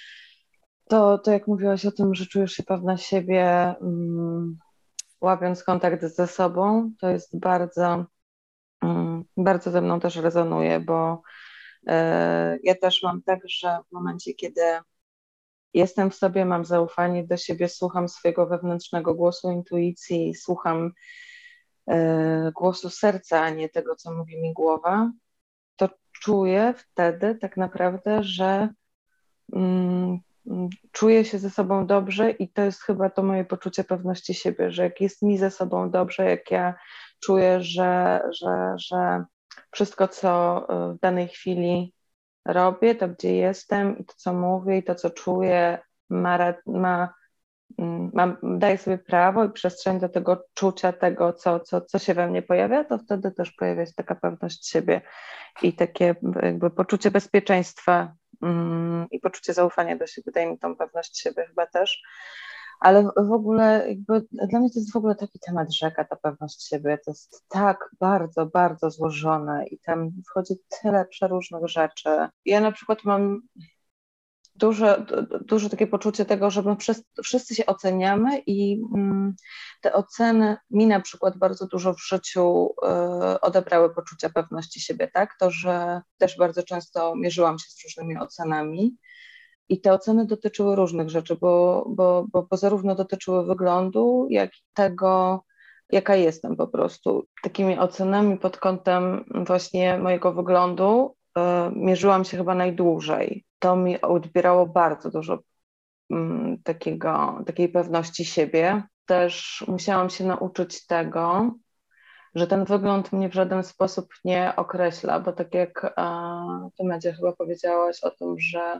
to, to jak mówiłaś o tym, że czujesz się pewna siebie, mm, łapiąc kontakt ze sobą, to jest bardzo, mm, bardzo ze mną też rezonuje, bo e, ja też mam tak, że w momencie, kiedy jestem w sobie, mam zaufanie do siebie, słucham swojego wewnętrznego głosu, intuicji, słucham e, głosu serca, a nie tego, co mówi mi głowa, to czuję wtedy tak naprawdę, że mm, czuję się ze sobą dobrze i to jest chyba to moje poczucie pewności siebie, że jak jest mi ze sobą dobrze, jak ja czuję, że, że, że wszystko, co w danej chwili robię, to gdzie jestem i to, co mówię i to, co czuję, ma, ma, ma, daje sobie prawo i przestrzeń do tego czucia tego, co, co, co się we mnie pojawia, to wtedy też pojawia się taka pewność siebie i takie jakby poczucie bezpieczeństwa mm, i poczucie zaufania do siebie. Daje mi tą pewność siebie chyba też. Ale w ogóle jakby dla mnie to jest w ogóle taki temat rzeka, ta pewność siebie. To jest tak bardzo, bardzo złożone i tam wchodzi tyle przeróżnych rzeczy. Ja na przykład mam duże, duże takie poczucie tego, że my wszyscy, wszyscy się oceniamy i mm, te oceny mi na przykład bardzo dużo w życiu y, odebrały poczucia pewności siebie, tak? To, że też bardzo często mierzyłam się z różnymi ocenami. I te oceny dotyczyły różnych rzeczy, bo, bo, bo, bo zarówno dotyczyły wyglądu, jak i tego, jaka jestem po prostu. Takimi ocenami pod kątem właśnie mojego wyglądu y, mierzyłam się chyba najdłużej. To mi odbierało bardzo dużo y, takiego, takiej pewności siebie. Też musiałam się nauczyć tego, że ten wygląd mnie w żaden sposób nie określa, bo tak jak y, ty, Madzia, chyba powiedziałaś o tym, że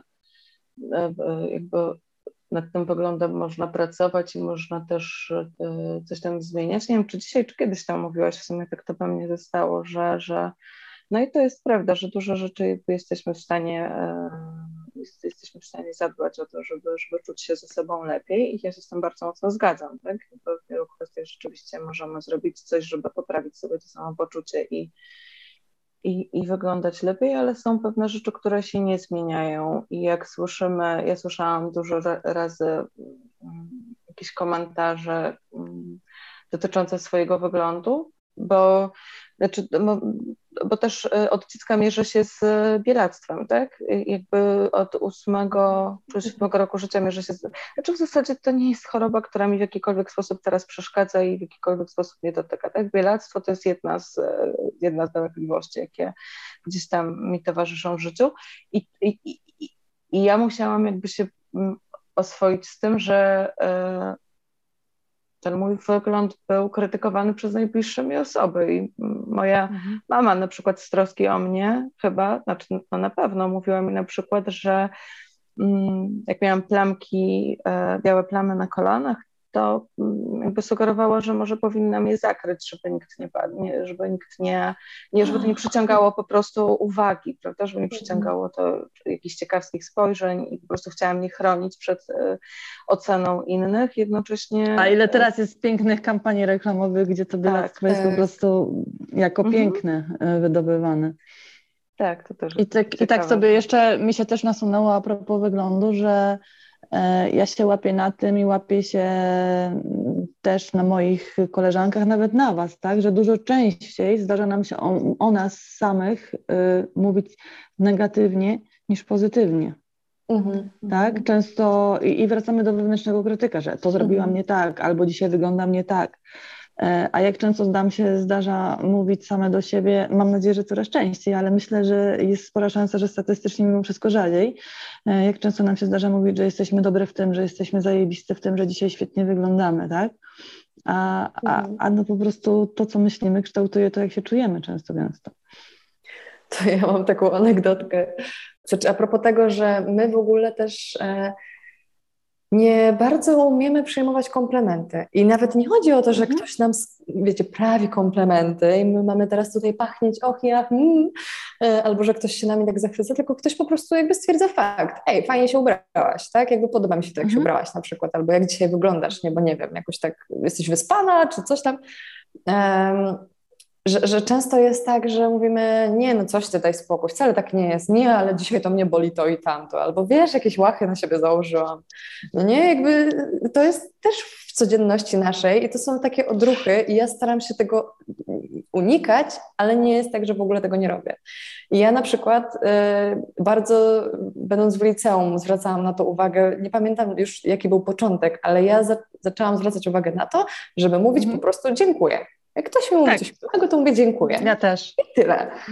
jakby nad tym wyglądem można pracować i można też coś tam zmieniać. Nie wiem, czy dzisiaj, czy kiedyś tam mówiłaś, w sumie tak to we mnie zostało, że, że no i to jest prawda, że dużo rzeczy jesteśmy w stanie jesteśmy w stanie zadbać o to, żeby, żeby czuć się ze sobą lepiej i ja się z tym bardzo mocno zgadzam, tak? Bo w wielu kwestiach rzeczywiście możemy zrobić coś, żeby poprawić sobie to samopoczucie i I, i wyglądać lepiej, ale są pewne rzeczy, które się nie zmieniają i jak słyszymy, ja słyszałam dużo razy jakieś komentarze dotyczące swojego wyglądu, bo, znaczy, bo też od dziecka mierzę się z bielactwem, tak? Jakby od ósmego czy siódmego roku życia mierzę się z... Znaczy w zasadzie to nie jest choroba, która mi w jakikolwiek sposób teraz przeszkadza i w jakikolwiek sposób nie dotyka, tak? Bielactwo to jest jedna z, jedna z dolegliwości, jakie gdzieś tam mi towarzyszą w życiu i, i, i, i ja musiałam jakby się oswoić z tym, że ten mój wygląd był krytykowany przez najbliższe mi osoby i moja mhm. mama na przykład z troski o mnie chyba, znaczy no na pewno mówiła mi na przykład, że mm, jak miałam plamki, e, białe plamy na kolanach, to mm, jakby sugerowała, że może powinnam je zakryć, żeby nikt nie padnie, żeby nikt nie, nie, żeby to nie przyciągało po prostu uwagi, prawda, żeby nie przyciągało to jakichś ciekawskich spojrzeń i po prostu chciałam je chronić przed e, oceną innych, jednocześnie... A ile teraz jest pięknych kampanii reklamowych, gdzie to bielactwo tak, jest tak. po prostu jako mhm. piękne wydobywane. Tak, to też I tak, I tak sobie jeszcze mi się też nasunęło a propos wyglądu, że e, ja się łapię na tym i łapię się też na moich koleżankach, nawet na was, tak, że dużo częściej zdarza nam się o, o nas samych y, mówić negatywnie niż pozytywnie. Mhm. Tak, często i, i wracamy do wewnętrznego krytyka, że to zrobiłam mhm. nie tak, albo dzisiaj wyglądam nie tak. A jak często nam się zdarza mówić same do siebie, mam nadzieję, że coraz częściej, ale myślę, że jest spora szansa, że statystycznie mimo wszystko rzadziej. Jak często nam się zdarza mówić, że jesteśmy dobre w tym, że jesteśmy zajebiste w tym, że dzisiaj świetnie wyglądamy, tak? A, a, a no po prostu to, co myślimy, kształtuje to, jak się czujemy często gęsto. To ja mam taką anegdotkę. Znaczy, a propos tego, że my w ogóle też... E... nie bardzo umiemy przyjmować komplementy. I nawet nie chodzi o to, że mhm. ktoś nam, wiecie, prawi komplementy i my mamy teraz tutaj pachnieć, och ja, mm, albo że ktoś się nami tak zachwyca, tylko ktoś po prostu jakby stwierdza fakt. Ej, fajnie się ubrałaś, tak? Jakby podoba mi się to, jak mhm. się ubrałaś na przykład, albo jak dzisiaj wyglądasz, nie, bo nie wiem, jakoś tak jesteś wyspana, czy coś tam. Um, Że, że często jest tak, że mówimy, nie no coś ty daj spokój, wcale tak nie jest, nie, ale dzisiaj to mnie boli to i tamto, albo wiesz, jakieś łachy na siebie założyłam. No nie, jakby to jest też w codzienności naszej i to są takie odruchy i ja staram się tego unikać, ale nie jest tak, że w ogóle tego nie robię. I ja na przykład y, bardzo, będąc w liceum, zwracałam na to uwagę, nie pamiętam już jaki był początek, ale ja za, zaczęłam zwracać uwagę na to, żeby mówić mhm. po prostu dziękuję. Jak ktoś mi mówi tak. coś miłego, to mówię dziękuję. Ja też. I tyle.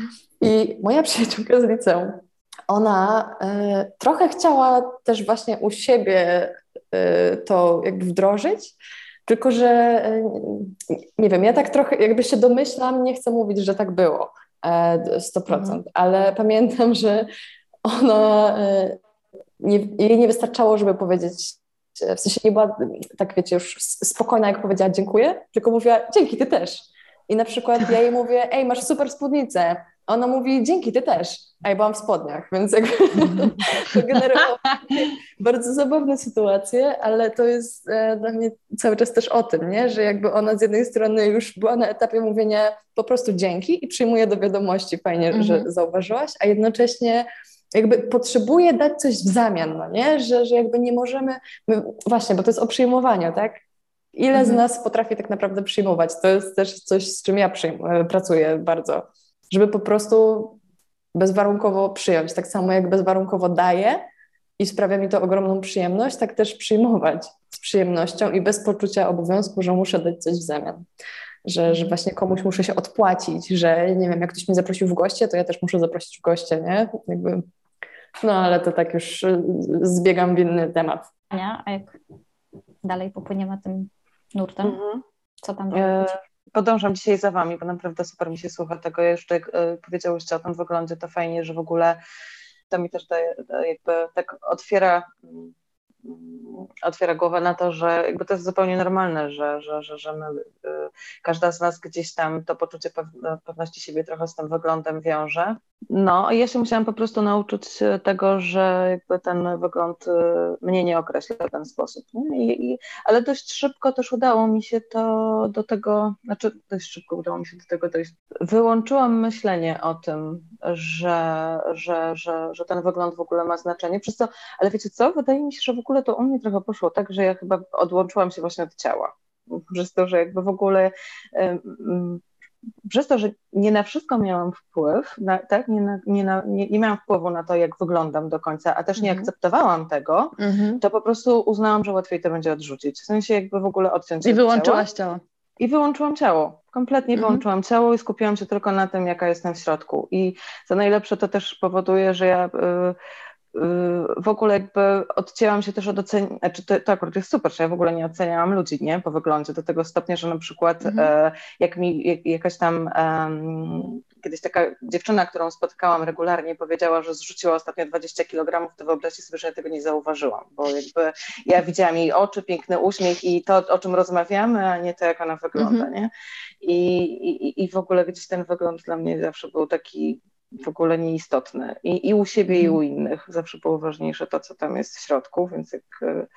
I moja przyjaciółka z liceum, ona y, trochę chciała też właśnie u siebie y, to jakby wdrożyć, tylko że y, nie wiem, ja tak trochę jakby się domyślam, nie chcę mówić, że tak było y, sto procent, mhm. ale pamiętam, że ona, y, nie, jej nie wystarczało, żeby powiedzieć, w sensie nie była, tak wiecie, już spokojna, jak powiedziała dziękuję, tylko mówiła dzięki, ty też. I na przykład ja jej mówię, ej, masz super spódnicę. A ona mówi, dzięki, ty też. A ja byłam w spodniach, więc jakby to generowało bardzo zabawne sytuacje, ale to jest e, dla mnie cały czas też o tym, nie? Że jakby ona z jednej strony już była na etapie mówienia po prostu dzięki i przyjmuje do wiadomości, fajnie, mhm. że zauważyłaś, a jednocześnie jakby potrzebuje dać coś w zamian, no nie? Że, że jakby nie możemy, my, właśnie, bo to jest o przyjmowaniu, tak? Ile mhm. z nas potrafi tak naprawdę przyjmować? To jest też coś, z czym ja przyjm- pracuję bardzo, żeby po prostu bezwarunkowo przyjąć, tak samo jak bezwarunkowo daję i sprawia mi to ogromną przyjemność, tak też przyjmować z przyjemnością i bez poczucia obowiązku, że muszę dać coś w zamian. Że, że właśnie komuś muszę się odpłacić, że nie wiem, jak ktoś mnie zaprosił w goście, to ja też muszę zaprosić w goście, nie? Jakby, no ale to tak już zbiegam w inny temat. Ania, a jak dalej popłyniemy tym nurtem? Mhm. Co tam e, robić? Podążam dzisiaj za wami, bo naprawdę super mi się słucha tego. Ja jeszcze jak e, powiedziałyście o tym wyglądzie, to fajnie, że w ogóle to mi też daje, jakby tak otwiera otwiera głowę na to, że jakby to jest zupełnie normalne, że, że, że, że my, y, każda z nas gdzieś tam to poczucie pew- pewności siebie trochę z tym wyglądem wiąże. No i ja się musiałam po prostu nauczyć tego, że jakby ten wygląd y, mnie nie określa w ten sposób. Nie? I, i, ale dość szybko też udało mi się to do tego, znaczy dość szybko udało mi się do tego dojść. Wyłączyłam myślenie o tym, że, że, że, że ten wygląd w ogóle ma znaczenie, przez co, ale wiecie co, wydaje mi się, że w ogóle to u mnie trochę poszło tak, że ja chyba odłączyłam się właśnie od ciała. Przez to, że jakby w ogóle um, przez to, że nie na wszystko miałam wpływ, na, tak? nie, na, nie, na, nie, nie miałam wpływu na to, jak wyglądam do końca, a też nie mhm. akceptowałam tego, mhm. to po prostu uznałam, że łatwiej to będzie odrzucić. W sensie jakby w ogóle odciąć się I wyłączyłaś ciała. ciało. I wyłączyłam ciało. Kompletnie mhm. wyłączyłam ciało i skupiłam się tylko na tym, jaka jestem w środku. I co najlepsze, to też powoduje, że ja... Yy, w ogóle jakby odcięłam się też od oceniania, znaczy to, to akurat jest super, że ja w ogóle nie oceniałam ludzi, nie, po wyglądzie, do tego stopnia, że na przykład mhm. e, jak mi jak, jakaś tam um, kiedyś taka dziewczyna, którą spotykałam regularnie, powiedziała, że zrzuciła ostatnio dwadzieścia kilogramów, to wyobraźcie sobie, że ja tego nie zauważyłam, bo jakby ja widziałam jej oczy, piękny uśmiech i to, o czym rozmawiamy, a nie to, jak ona wygląda, mhm. nie, I, i, i w ogóle gdzieś ten wygląd dla mnie zawsze był taki w ogóle nieistotne. I, i u siebie, mm. i u innych. Zawsze było ważniejsze to, co tam jest w środku, więc jak,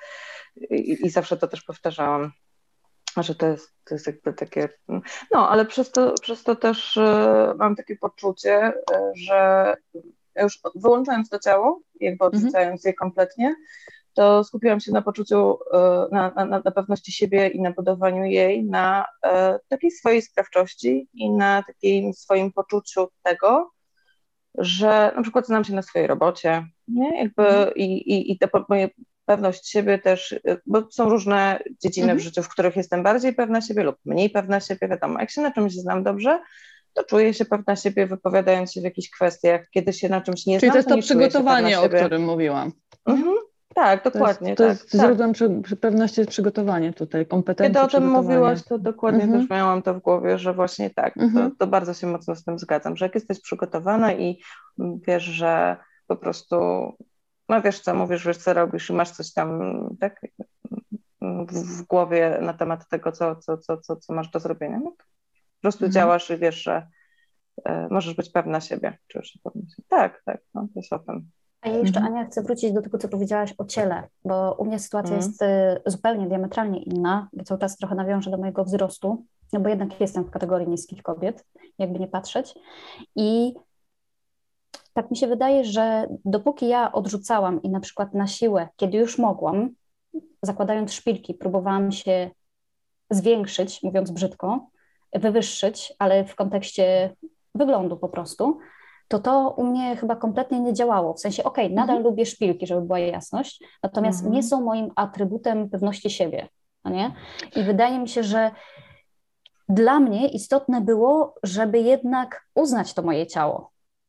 i, i zawsze to też powtarzałam, że to jest, to jest jakby takie... No, ale przez to, przez to też e, mam takie poczucie, e, że już wyłączając to ciało, jakby odrzucając mm-hmm. je kompletnie, to skupiłam się na poczuciu, e, na, na, na pewności siebie i na budowaniu jej, na e, takiej swojej sprawczości i na takim swoim poczuciu tego, że na przykład znam się na swojej robocie, nie? Jakby mm. i, i, i ta moja pewność siebie też, bo są różne dziedziny mm. w życiu, w których jestem bardziej pewna siebie lub mniej pewna siebie, wiadomo, jak się na czymś znam dobrze, to czuję się pewna siebie wypowiadając się w jakichś kwestiach, kiedy się na czymś nie Czyli znam, to jest to przygotowanie, o którym mówiłam. Mhm. Tak, dokładnie. To jest, to tak, jest tak. źródłem przy, przy pewności jest przygotowanie tutaj, kompetencje. Kiedy o tym mówiłaś, to dokładnie mhm. też miałam to w głowie, że właśnie tak, mhm. to, to bardzo się mocno z tym zgadzam, że jak jesteś przygotowana i wiesz, że po prostu, no wiesz co mówisz, wiesz co robisz i masz coś tam tak w, w głowie na temat tego, co, co, co, co, co masz do zrobienia, no, po prostu mhm. działasz i wiesz, że e, możesz być pewna siebie. Czy już pewna siebie. Tak, tak, no, to jest o tym. A ja jeszcze, Ania, chcę wrócić do tego, co powiedziałaś o ciele, bo u mnie sytuacja mm. jest y, zupełnie diametralnie inna, bo cały czas trochę nawiążę do mojego wzrostu, no bo jednak jestem w kategorii niskich kobiet, jakby nie patrzeć. I tak mi się wydaje, że dopóki ja odrzucałam i na przykład na siłę, kiedy już mogłam, zakładając szpilki, próbowałam się zwiększyć, mówiąc brzydko, wywyższyć, ale w kontekście wyglądu po prostu, to to u mnie chyba kompletnie nie działało. W sensie, okej, okay, nadal mhm. lubię szpilki, żeby była jasność, natomiast mhm. nie są moim atrybutem pewności siebie, no nie? I wydaje mi się, że dla mnie istotne było, żeby jednak uznać to moje ciało,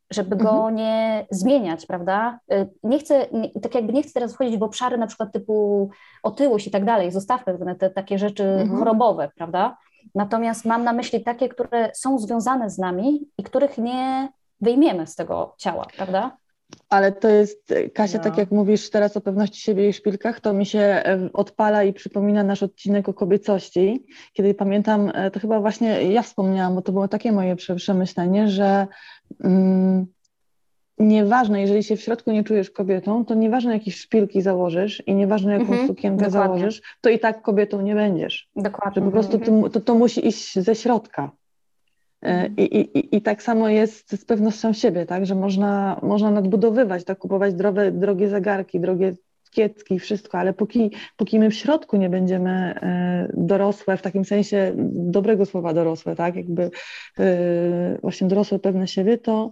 żeby go Mhm. nie zmieniać, prawda? Y, Nie chcę, nie, tak jakby nie chcę teraz wchodzić w obszary na przykład typu otyłość i tak dalej, zostawmy te, te takie rzeczy Mhm. chorobowe, prawda? Natomiast mam na myśli takie, które są związane z nami i których nie wyjmiemy z tego ciała, prawda? Ale to jest, Kasia, No. tak jak mówisz teraz o pewności siebie i szpilkach, to mi się em, odpala i przypomina nasz odcinek o kobiecości, kiedy pamiętam, e, to chyba właśnie ja wspomniałam, bo to było takie moje prze- przemyślenie, że mm, nieważne, jeżeli się w środku nie czujesz kobietą, to nieważne, jakie szpilki założysz i nieważne, jaką Mhm, sukienkę dokładnie. założysz, to i tak kobietą nie będziesz. Że Dokładnie. po prostu Mhm. to, to, to musi iść ze środka. E, I, i, i- I tak samo jest z pewnością siebie, tak? Że można, można nadbudowywać, tak? Kupować drogie, drogie zegarki, drogie kiecki, wszystko, ale póki, póki my w środku nie będziemy e, dorosłe, w takim sensie dobrego słowa dorosłe, tak? Jakby e, właśnie dorosłe, pewne siebie, to,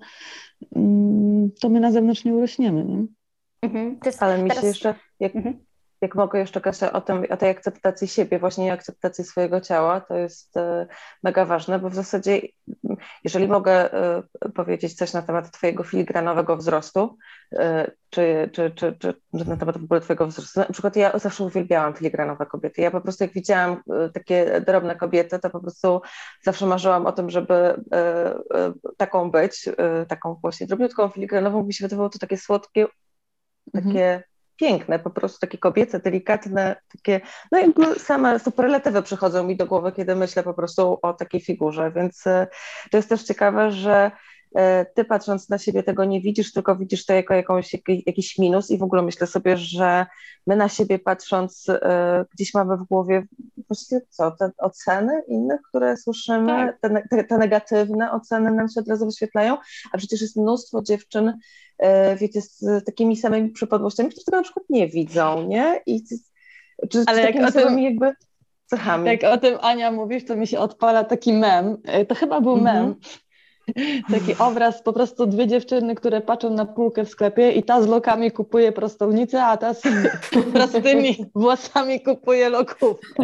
mm, to my na zewnątrz nie urośniemy, nie? Mhm. To jest Ale mi teraz... się jeszcze, jak, Mhm. jak mogę jeszcze, Kasia, o tym, o tej akceptacji siebie, właśnie i akceptacji swojego ciała, to jest e, mega ważne, bo w zasadzie, m, jeżeli mogę e, powiedzieć coś na temat twojego filigranowego wzrostu, e, czy, czy, czy, czy, czy na temat w ogóle twojego wzrostu, na przykład ja zawsze uwielbiałam filigranowe kobiety. Ja po prostu jak widziałam e, takie drobne kobiety, to po prostu zawsze marzyłam o tym, żeby e, e, taką być, e, taką właśnie drobniutką filigranową, mi się wydawało to takie słodkie, Mhm. takie piękne, po prostu takie kobiece, delikatne, takie, no jakby same superlatywy przychodzą mi do głowy, kiedy myślę po prostu o takiej figurze, więc e, to jest też ciekawe, że e, ty patrząc na siebie tego nie widzisz, tylko widzisz to jako jakąś, jaki- jakiś minus i w ogóle myślę sobie, że my na siebie patrząc e, gdzieś mamy w głowie właściwie co, te oceny innych, które słyszymy, Tak. te, ne- te, te negatywne oceny nam się od razu wyświetlają, a przecież jest mnóstwo dziewczyn, e, wiecie, z takimi samymi przypadłościami, które tego na przykład nie widzą, nie? I czy, czy Ale z jak takimi o tym- samymi jakby cechami. Jak o tym, Ania, mówisz, to mi się odpala taki mem. E, To chyba był Mhm. mem. Taki obraz, po prostu dwie dziewczyny, które patrzą na półkę w sklepie i ta z lokami kupuje prostownicę, a ta z prostymi włosami kupuje lokówkę.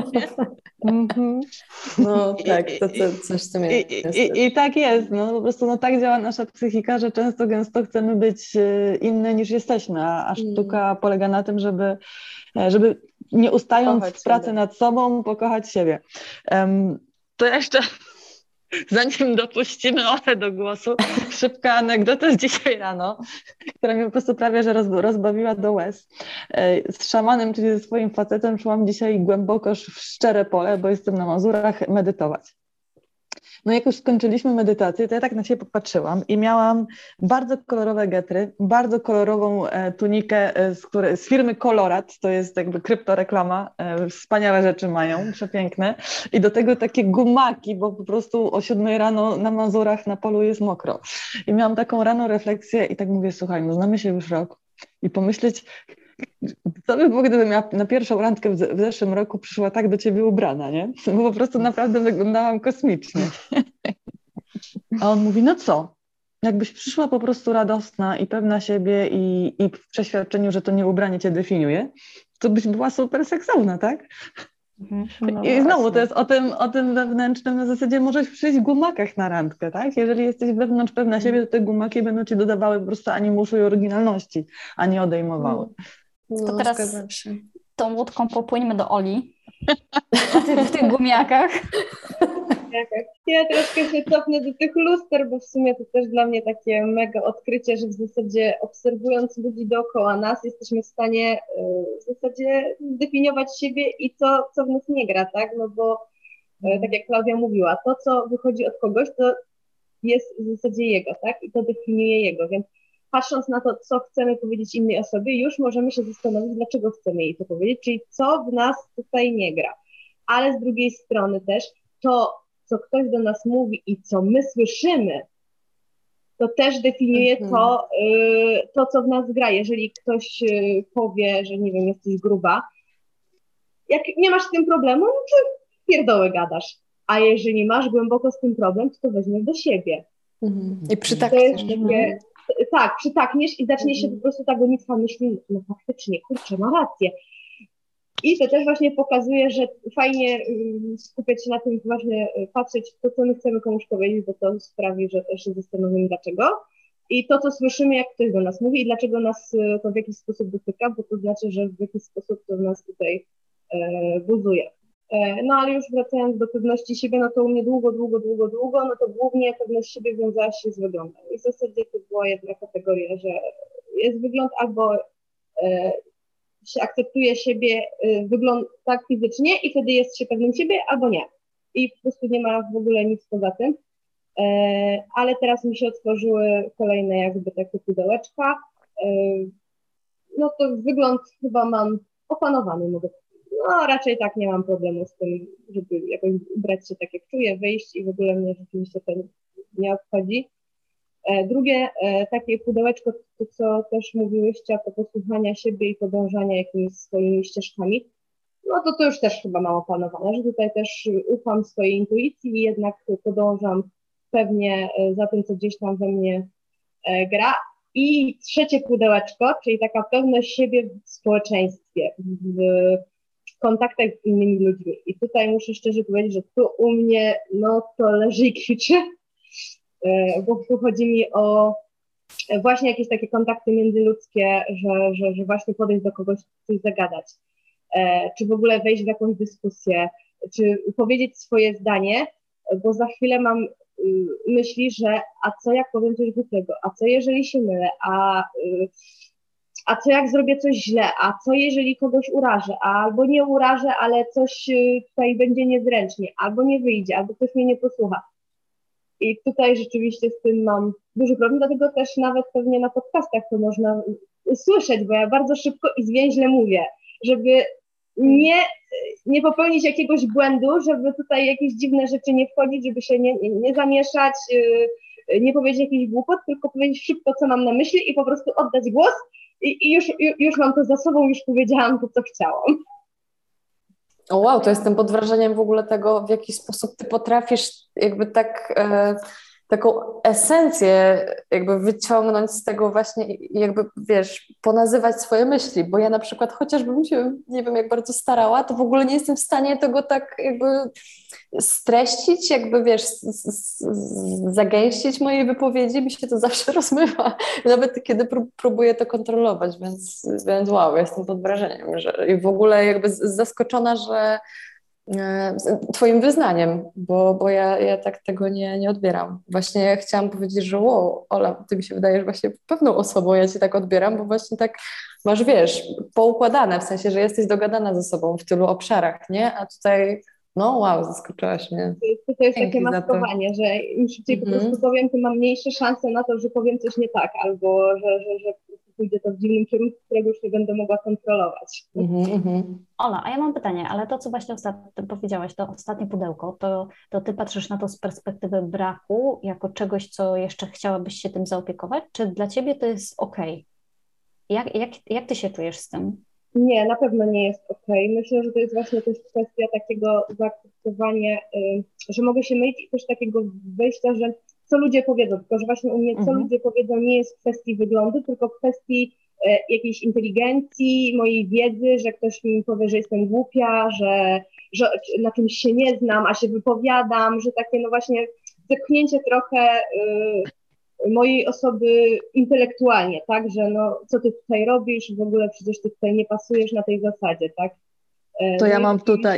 Mhm. No I- tak, to, i- to coś w tym I, jest. i, i, I tak jest, no po prostu no, tak działa nasza psychika, że często gęsto chcemy być e, inne niż jesteśmy, a, a sztuka polega na tym, żeby, e, żeby nie ustając Pokochać w pracy siebie. nad sobą, pokochać siebie. Em, to jeszcze, zanim dopuścimy Olę do głosu, szybka anegdota z dzisiaj rano, która mnie po prostu prawie że roz, rozbawiła do łez. E, Z szamanem, czyli ze swoim facetem, szłam dzisiaj głęboko w szczere pole, bo jestem na Mazurach, medytować. No jak już skończyliśmy medytację, to ja tak na siebie popatrzyłam i miałam bardzo kolorowe getry, bardzo kolorową e, tunikę e, z, której, z firmy Colorat, to jest jakby kryptoreklama, e, wspaniałe rzeczy mają, przepiękne i do tego takie gumaki, bo po prostu o siódmej rano na Mazurach na polu jest mokro. I miałam taką rano refleksję i tak mówię, słuchaj, no znamy się już rok i pomyśleć, co by było, gdybym ja na pierwszą randkę w, w zeszłym roku przyszła tak do ciebie ubrana, nie? Bo po prostu naprawdę wyglądałam kosmicznie. A on mówi, no co? Jakbyś przyszła po prostu radosna i pewna siebie i, i w przeświadczeniu, że to nie ubranie cię definiuje, to byś była super seksowna, tak? Mhm. No I znowu właśnie. to jest o tym, o tym wewnętrznym, na zasadzie możesz przyjść w gumakach na randkę, tak? Jeżeli jesteś wewnątrz pewna siebie, to te gumaki będą ci dodawały po prostu animuszu i oryginalności, a nie odejmowały. No, To teraz- zgadzam się. Tą łódką popłyńmy do Oli na tych, w tych gumiakach. Ja troszkę się cofnę do tych luster, bo w sumie to też dla mnie takie mega odkrycie, że w zasadzie obserwując ludzi dookoła nas, jesteśmy w stanie y, w zasadzie zdefiniować siebie i co, co w nas nie gra, tak? No bo y, tak jak Klaudia mówiła, to co wychodzi od kogoś, to jest w zasadzie jego, tak? I to definiuje jego, więc patrząc na to, co chcemy powiedzieć innej osobie, już możemy się zastanowić, dlaczego chcemy jej to powiedzieć, czyli co w nas tutaj nie gra. Ale z drugiej strony też to, co ktoś do nas mówi i co my słyszymy, to też definiuje Mhm. to, y, to, co w nas gra. Jeżeli ktoś y, powie, że nie wiem, jesteś gruba, jak nie masz z tym problemu, no to pierdoły gadasz. A jeżeli masz głęboko z tym problem, to to weźmiesz do siebie. Mhm. I To jest przytakniesz. takie, tak, przytakniesz i zacznie się po prostu ta gonitwa myśli, no faktycznie, kurczę, ma rację. I to też właśnie pokazuje, że fajnie y, skupiać się na tym, właśnie y, patrzeć to, co my chcemy komuś powiedzieć, bo to sprawi, że też się zastanowimy dlaczego. i to, co słyszymy, jak ktoś do nas mówi i dlaczego nas to w jakiś sposób dotyka, bo to znaczy, że w jakiś sposób to nas tutaj e, buzuje. E, no ale już wracając do pewności siebie, no to u mnie długo, długo, długo, długo, no to głównie pewność siebie wiązała się z wyglądem. I w zasadzie to była jedna kategoria, że jest wygląd albo e, się akceptuje siebie, e, wygląd tak fizycznie i wtedy jest się pewnym siebie, albo nie. I po prostu nie ma w ogóle nic poza tym. E, ale teraz mi się otworzyły kolejne jakby takie pudełeczka. E, no to wygląd chyba mam opanowany, mogę powiedzieć. No raczej tak nie mam problemu z tym, żeby jakoś ubrać się tak jak czuję, wyjść i w ogóle mnie rzeczywiście to nie obchodzi. E, drugie e, takie pudełeczko, to co też mówiłyście, a to posłuchania siebie i podążania jakimiś swoimi ścieżkami. No to to już też chyba mam opanowane, że tutaj też ufam swojej intuicji i jednak podążam pewnie za tym, co gdzieś tam we mnie gra. I trzecie pudełeczko, czyli taka pewność siebie w społeczeństwie, w kontaktach z innymi ludźmi. I tutaj muszę szczerze powiedzieć, że tu u mnie no to leży i kwiczy, bo tu chodzi mi o właśnie jakieś takie kontakty międzyludzkie, że, że, że właśnie podejść do kogoś, coś zagadać, czy w ogóle wejść w jakąś dyskusję, czy powiedzieć swoje zdanie, bo za chwilę mam myśli, że a co jak powiem coś głupiego, a co jeżeli się mylę, a, a co jak zrobię coś źle, a co jeżeli kogoś urażę, albo nie urażę, ale coś tutaj będzie niezręcznie, albo nie wyjdzie, albo ktoś mnie nie posłucha. I tutaj rzeczywiście z tym mam duży problem, dlatego też nawet pewnie na podcastach to można usłyszeć, bo ja bardzo szybko i zwięźle mówię, żeby nie, nie popełnić jakiegoś błędu, żeby tutaj jakieś dziwne rzeczy nie wchodzić, żeby się nie, nie, nie zamieszać, yy, nie powiedzieć jakichś głupot, tylko powiedzieć szybko, co mam na myśli i po prostu oddać głos i, i już, już mam to za sobą, już powiedziałam to, co chciałam. O wow, to jestem pod wrażeniem w ogóle tego, w jaki sposób ty potrafisz jakby tak... E... taką esencję jakby wyciągnąć z tego właśnie i jakby, wiesz, ponazywać swoje myśli, bo ja na przykład chociażbym się, nie wiem, jak bardzo starała, to w ogóle nie jestem w stanie tego tak jakby streścić, jakby, wiesz, z, z, z, zagęścić mojej wypowiedzi, mi się to zawsze rozmywa, nawet kiedy prób, próbuję to kontrolować, więc, więc wow, jestem pod wrażeniem, że i w ogóle jakby zaskoczona, że Twoim wyznaniem, bo, bo ja, ja tak tego nie, nie odbieram. Właśnie chciałam powiedzieć, że wow, Ola, ty mi się wydajesz właśnie pewną osobą, ja cię tak odbieram, bo właśnie tak masz, wiesz, poukładane, w sensie, że jesteś dogadana ze sobą w tylu obszarach, nie? A tutaj, no wow, zaskoczyłaś mnie. To, to jest Dzięki takie maskowanie, że im szybciej mm-hmm. po prostu powiem, to mam mniejsze szanse na to, że powiem coś nie tak, albo że, że, że pójdzie to w dziwnym kierunku, którego już nie będę mogła kontrolować. Mm-hmm. Ola, a ja mam pytanie, ale to, co właśnie ostatnio powiedziałaś, to ostatnie pudełko, to, to ty patrzysz na to z perspektywy braku, jako czegoś, co jeszcze chciałabyś się tym zaopiekować, czy dla ciebie to jest okej? Okay? Jak, jak, jak ty się czujesz z tym? Nie, na pewno nie jest okej. Okay. Myślę, że to jest właśnie też kwestia takiego zaakceptowania, y, że mogę się mylić i też takiego wejścia, że co ludzie powiedzą, tylko że właśnie u mnie co mhm. ludzie powiedzą nie jest w kwestii wyglądu, tylko w kwestii y, jakiejś inteligencji, mojej wiedzy, że ktoś mi powie, że jestem głupia, że, że na czymś się nie znam, a się wypowiadam, że takie no właśnie zepchnięcie trochę y, mojej osoby intelektualnie, tak, że no co ty tutaj robisz, w ogóle przecież ty tutaj nie pasujesz na tej zasadzie, tak. To no ja mam tutaj...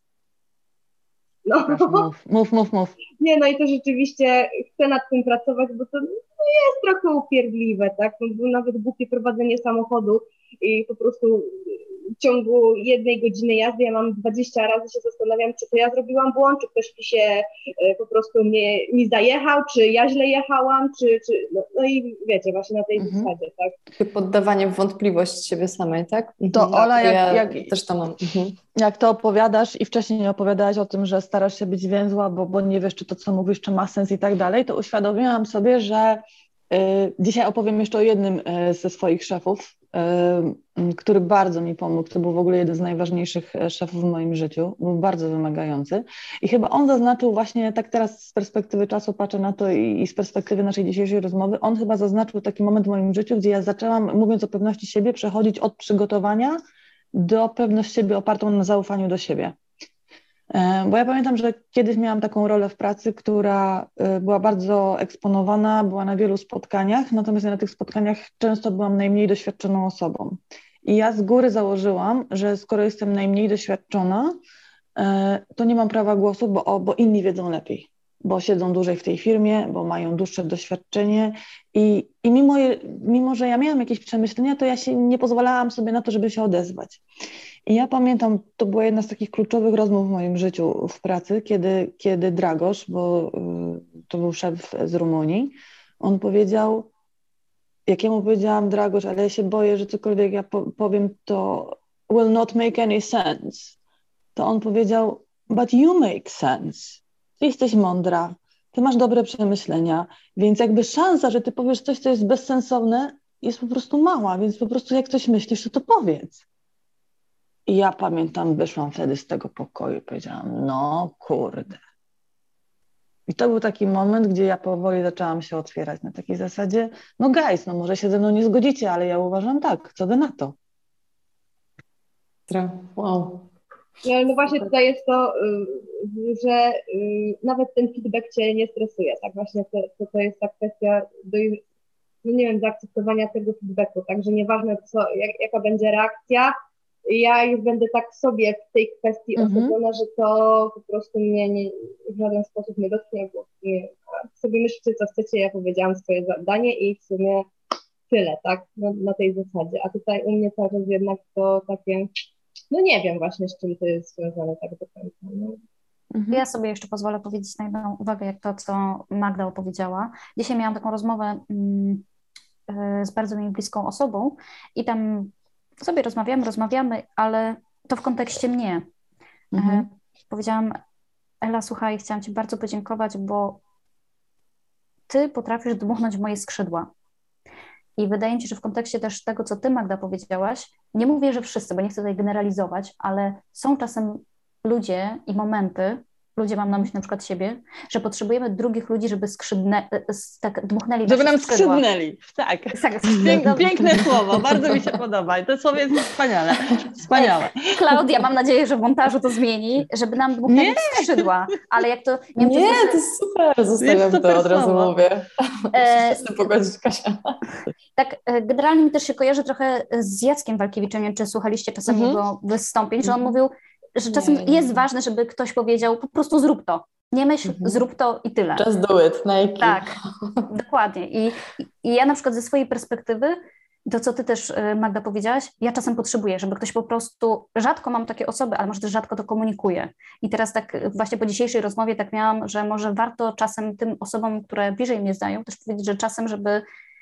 No. Proszę, mów, mów, mów, mów. Nie, no i to rzeczywiście chcę nad tym pracować, bo to no, jest trochę upierdliwe, tak, no, bo nawet głupie prowadzenie samochodu i po prostu w ciągu jednej godziny jazdy ja mam dwadzieścia razy się zastanawiam, czy to ja zrobiłam błąd, czy ktoś mi się e, po prostu mnie mi zajechał, czy ja źle jechałam, czy, czy no, no i wiecie, właśnie na tej mhm. zasadzie, tak. Poddawanie w wątpliwość siebie samej, tak? To mhm. Ola, jak, ja jak, też to mam. Mhm. Jak to opowiadasz i wcześniej nie opowiadałaś o tym, że starasz się być więzła, bo, bo nie wiesz, czy to, co mówisz, czy ma sens i tak dalej, to uświadomiłam sobie, że y, dzisiaj opowiem jeszcze o jednym y, ze swoich szefów, y, który bardzo mi pomógł. To był w ogóle jeden z najważniejszych szefów w moim życiu. Był bardzo wymagający i chyba on zaznaczył właśnie, tak teraz z perspektywy czasu patrzę na to i, i z perspektywy naszej dzisiejszej rozmowy, on chyba zaznaczył taki moment w moim życiu, gdzie ja zaczęłam, mówiąc o pewności siebie, przechodzić od przygotowania do pewności siebie opartą na zaufaniu do siebie. Bo ja pamiętam, że kiedyś miałam taką rolę w pracy, która była bardzo eksponowana, była na wielu spotkaniach, natomiast ja na tych spotkaniach często byłam najmniej doświadczoną osobą. I ja z góry założyłam, że skoro jestem najmniej doświadczona, to nie mam prawa głosu, bo, bo inni wiedzą lepiej, bo siedzą dłużej w tej firmie, bo mają dłuższe doświadczenie i, i mimo, mimo, że ja miałam jakieś przemyślenia, to ja się nie pozwalałam sobie na to, żeby się odezwać. I ja pamiętam, to była jedna z takich kluczowych rozmów w moim życiu w pracy, kiedy, kiedy Dragosz, bo y, to był szef z Rumunii, on powiedział, jak ja mu powiedziałam, Dragosz, ale ja się boję, że cokolwiek ja po, powiem, to will not make any sense. To on powiedział, but you make sense. Ty jesteś mądra, ty masz dobre przemyślenia, więc jakby szansa, że ty powiesz coś, co jest bezsensowne, jest po prostu mała, więc po prostu jak coś myślisz, to to powiedz. I ja pamiętam, wyszłam wtedy z tego pokoju i powiedziałam, no kurde. I to był taki moment, gdzie ja powoli zaczęłam się otwierać na takiej zasadzie, no guys, no może się ze mną nie zgodzicie, ale ja uważam tak, co wy na to? Wow. No, no właśnie tutaj jest to, że nawet ten feedback cię nie stresuje, tak właśnie to, to, to jest ta kwestia, do, no nie wiem, zaakceptowania tego feedbacku, także nieważne co, jak, jaka będzie reakcja, ja już będę tak sobie w tej kwestii Mhm. osadzona, że to po prostu mnie nie, w żaden sposób nie dotknie, bo nie, sobie myślcie co chcecie, ja powiedziałam swoje zadanie i w sumie tyle, tak, na, na tej zasadzie, a tutaj u mnie cały czas jednak to takie, no nie wiem właśnie z czym to jest związane tak do końca. No. Mhm. Ja sobie jeszcze pozwolę powiedzieć na jedną uwagę, jak to, co Magda opowiedziała. Dzisiaj miałam taką rozmowę mm, z bardzo mi bliską osobą i tam sobie rozmawiamy, rozmawiamy, ale to w kontekście mnie. Mhm. E, powiedziałam, Ela, słuchaj, chciałam Ci bardzo podziękować, bo Ty potrafisz dmuchnąć w moje skrzydła. I wydaje mi się, że w kontekście też tego, co Ty, Magda, powiedziałaś, nie mówię, że wszyscy, bo nie chcę tutaj generalizować, ale są czasem ludzie i momenty, ludzie mam na myśli na przykład siebie, że potrzebujemy drugich ludzi, żeby skrzydne, tak dmuchnęli Żeby nasze nam skrzydła. skrzydnęli, tak. Tak, Pięk, no, piękne słowo, bardzo mi się podoba i to słowo jest wspaniale, wspaniałe. Klaudia, mam nadzieję, że w montażu to zmieni, żeby nam dmuchnęli w skrzydła, ale jak to... Nie, wiem, to jest super, zostawiam Jest super to, od razu słowo. mówię. E, Muszę się pogodzić, Kasia. Tak, e, generalnie mi też się kojarzy trochę z Jackiem Walkiewiczem, nie wiem, czy słuchaliście czasem Mhm. jego wystąpień, że on Mhm. mówił, że czasem Nie, nie, jest nie. ważne, żeby ktoś powiedział, po prostu zrób to. Nie myśl, Mhm. zrób to i tyle. Just do it, Nike. Tak, dokładnie. I, I ja na przykład ze swojej perspektywy, to co Ty też, Magda, powiedziałaś, ja czasem potrzebuję, żeby ktoś po prostu, rzadko mam takie osoby, ale może też rzadko to komunikuję. I teraz tak właśnie po dzisiejszej rozmowie tak miałam, że może warto czasem tym osobom, które bliżej mnie znają, też powiedzieć, że czasem, żeby,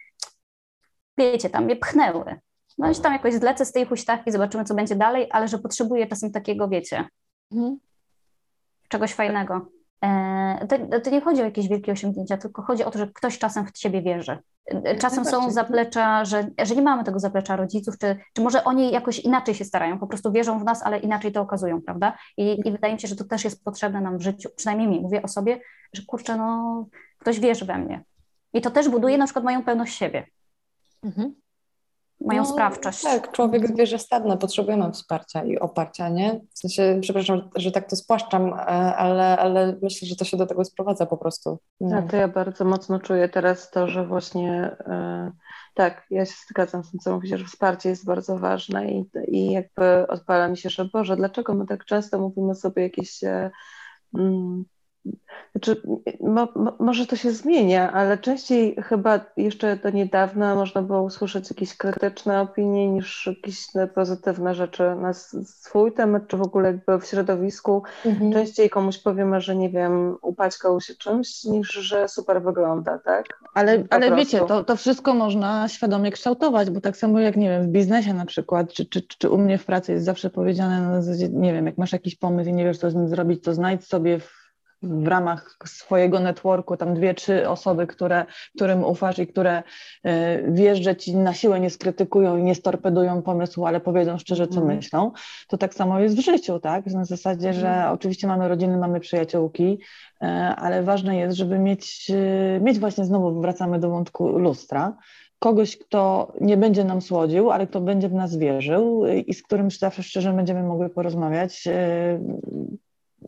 wiecie, tam mnie pchnęły. No i tam jakoś zlecę z tej huśtawki, zobaczymy, co będzie dalej, ale że potrzebuję czasem takiego, wiecie, Mhm. czegoś fajnego. E, to, to nie chodzi o jakieś wielkie osiągnięcia, tylko chodzi o to, że ktoś czasem w ciebie wierzy. E, Czasem są najbardziej. zaplecza, że, że nie mamy tego zaplecza rodziców, czy, czy może oni jakoś inaczej się starają, po prostu wierzą w nas, ale inaczej to okazują, prawda? I, i wydaje mi się, że to też jest potrzebne nam w życiu, przynajmniej mi, mówię o sobie, że kurczę, no ktoś wierzy we mnie. I to też buduje na przykład moją pewność siebie, Mhm. moją No, sprawczość. Tak, człowiek zwierzę stadne, potrzebujemy wsparcia i oparcia, nie? W sensie, przepraszam, że tak to spłaszczam, e, ale, ale myślę, że to się do tego sprowadza po prostu. No. Tak, to ja bardzo mocno czuję teraz to, że właśnie e, tak, ja się zgadzam z tym, co mówisz, że wsparcie jest bardzo ważne i, i jakby odpala mi się, że Boże, dlaczego my tak często mówimy sobie jakieś e, mm, znaczy, mo, mo, może to się zmienia, ale częściej chyba jeszcze do niedawna można było usłyszeć jakieś krytyczne opinie niż jakieś pozytywne rzeczy na swój temat, czy w ogóle jakby w środowisku. Mhm. Częściej komuś powiemy, że nie wiem, upaćkał się czymś, niż że super wygląda, tak? Ale, Po ale prostu. wiecie, to, to wszystko można świadomie kształtować, bo tak samo jak, nie wiem, w biznesie na przykład, czy, czy, czy u mnie w pracy jest zawsze powiedziane na zasadzie, nie wiem, jak masz jakiś pomysł i nie wiesz, co z nim zrobić, to znajdź sobie w w ramach swojego networku tam dwie, trzy osoby, które, którym ufasz i które y, wiesz, że ci na siłę nie skrytykują i nie storpedują pomysłu, ale powiedzą szczerze, co Mhm. myślą, to tak samo jest w życiu, tak? Na zasadzie, że oczywiście mamy rodziny, mamy przyjaciółki, y, ale ważne jest, żeby mieć, y, mieć właśnie, znowu wracamy do wątku lustra, kogoś, kto nie będzie nam słodził, ale kto będzie w nas wierzył i z którym zawsze szczerze będziemy mogły porozmawiać. y,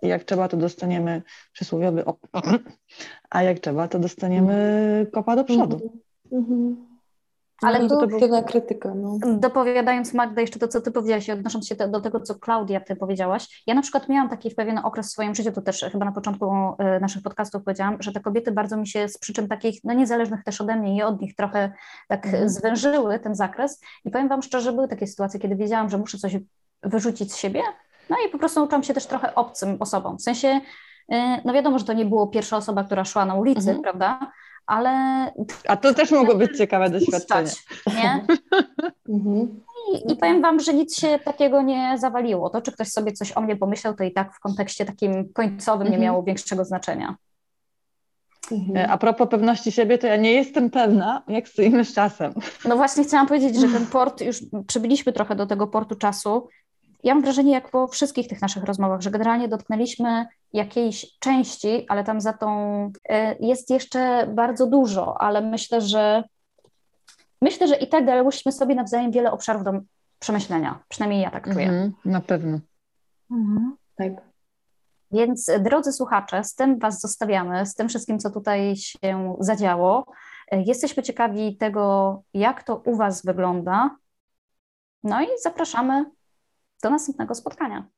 I jak trzeba, to dostaniemy przysłowiowy op, a jak trzeba, to dostaniemy kopa do przodu. Mhm. Ale No, tu konstruktywna krytyka, no. dopowiadając Magda jeszcze to, co ty powiedziałaś i odnosząc się te, do tego, co Klaudia ty powiedziałaś, ja na przykład miałam taki pewien okres w swoim życiu, to też chyba na początku e, naszych podcastów powiedziałam, że te kobiety bardzo mi się z przyczyn takich, no niezależnych też ode mnie i od nich trochę tak Mhm. zwężyły ten zakres i powiem wam szczerze, były takie sytuacje, kiedy wiedziałam, że muszę coś wyrzucić z siebie, no i po prostu uczyłam się też trochę obcym osobom, w sensie, e, no wiadomo, że to nie było pierwsza osoba, która szła na ulicy, Mhm. prawda, ale A to też mogło być ciekawe doświadczenie. puszczać, nie? Mhm. I, I powiem wam, że nic się takiego nie zawaliło. To, czy ktoś sobie coś o mnie pomyślał, to i tak w kontekście takim końcowym nie Mhm. miało większego znaczenia. Mhm. A propos pewności siebie, to ja nie jestem pewna, jak stoimy z czasem. No właśnie chciałam powiedzieć, że ten port, już przybyliśmy trochę do tego portu czasu. Ja mam wrażenie, jak po wszystkich tych naszych rozmowach, że generalnie dotknęliśmy jakiejś części, ale tam za tą y, jest jeszcze bardzo dużo, ale myślę, że myślę, że i tak dałyśmy sobie nawzajem wiele obszarów do przemyślenia. Przynajmniej ja tak czuję. Mhm, na pewno. Mhm. Tak. Więc drodzy słuchacze, z tym Was zostawiamy, z tym wszystkim, co tutaj się zadziało. Jesteśmy ciekawi tego, jak to u Was wygląda. No i zapraszamy do następnego spotkania.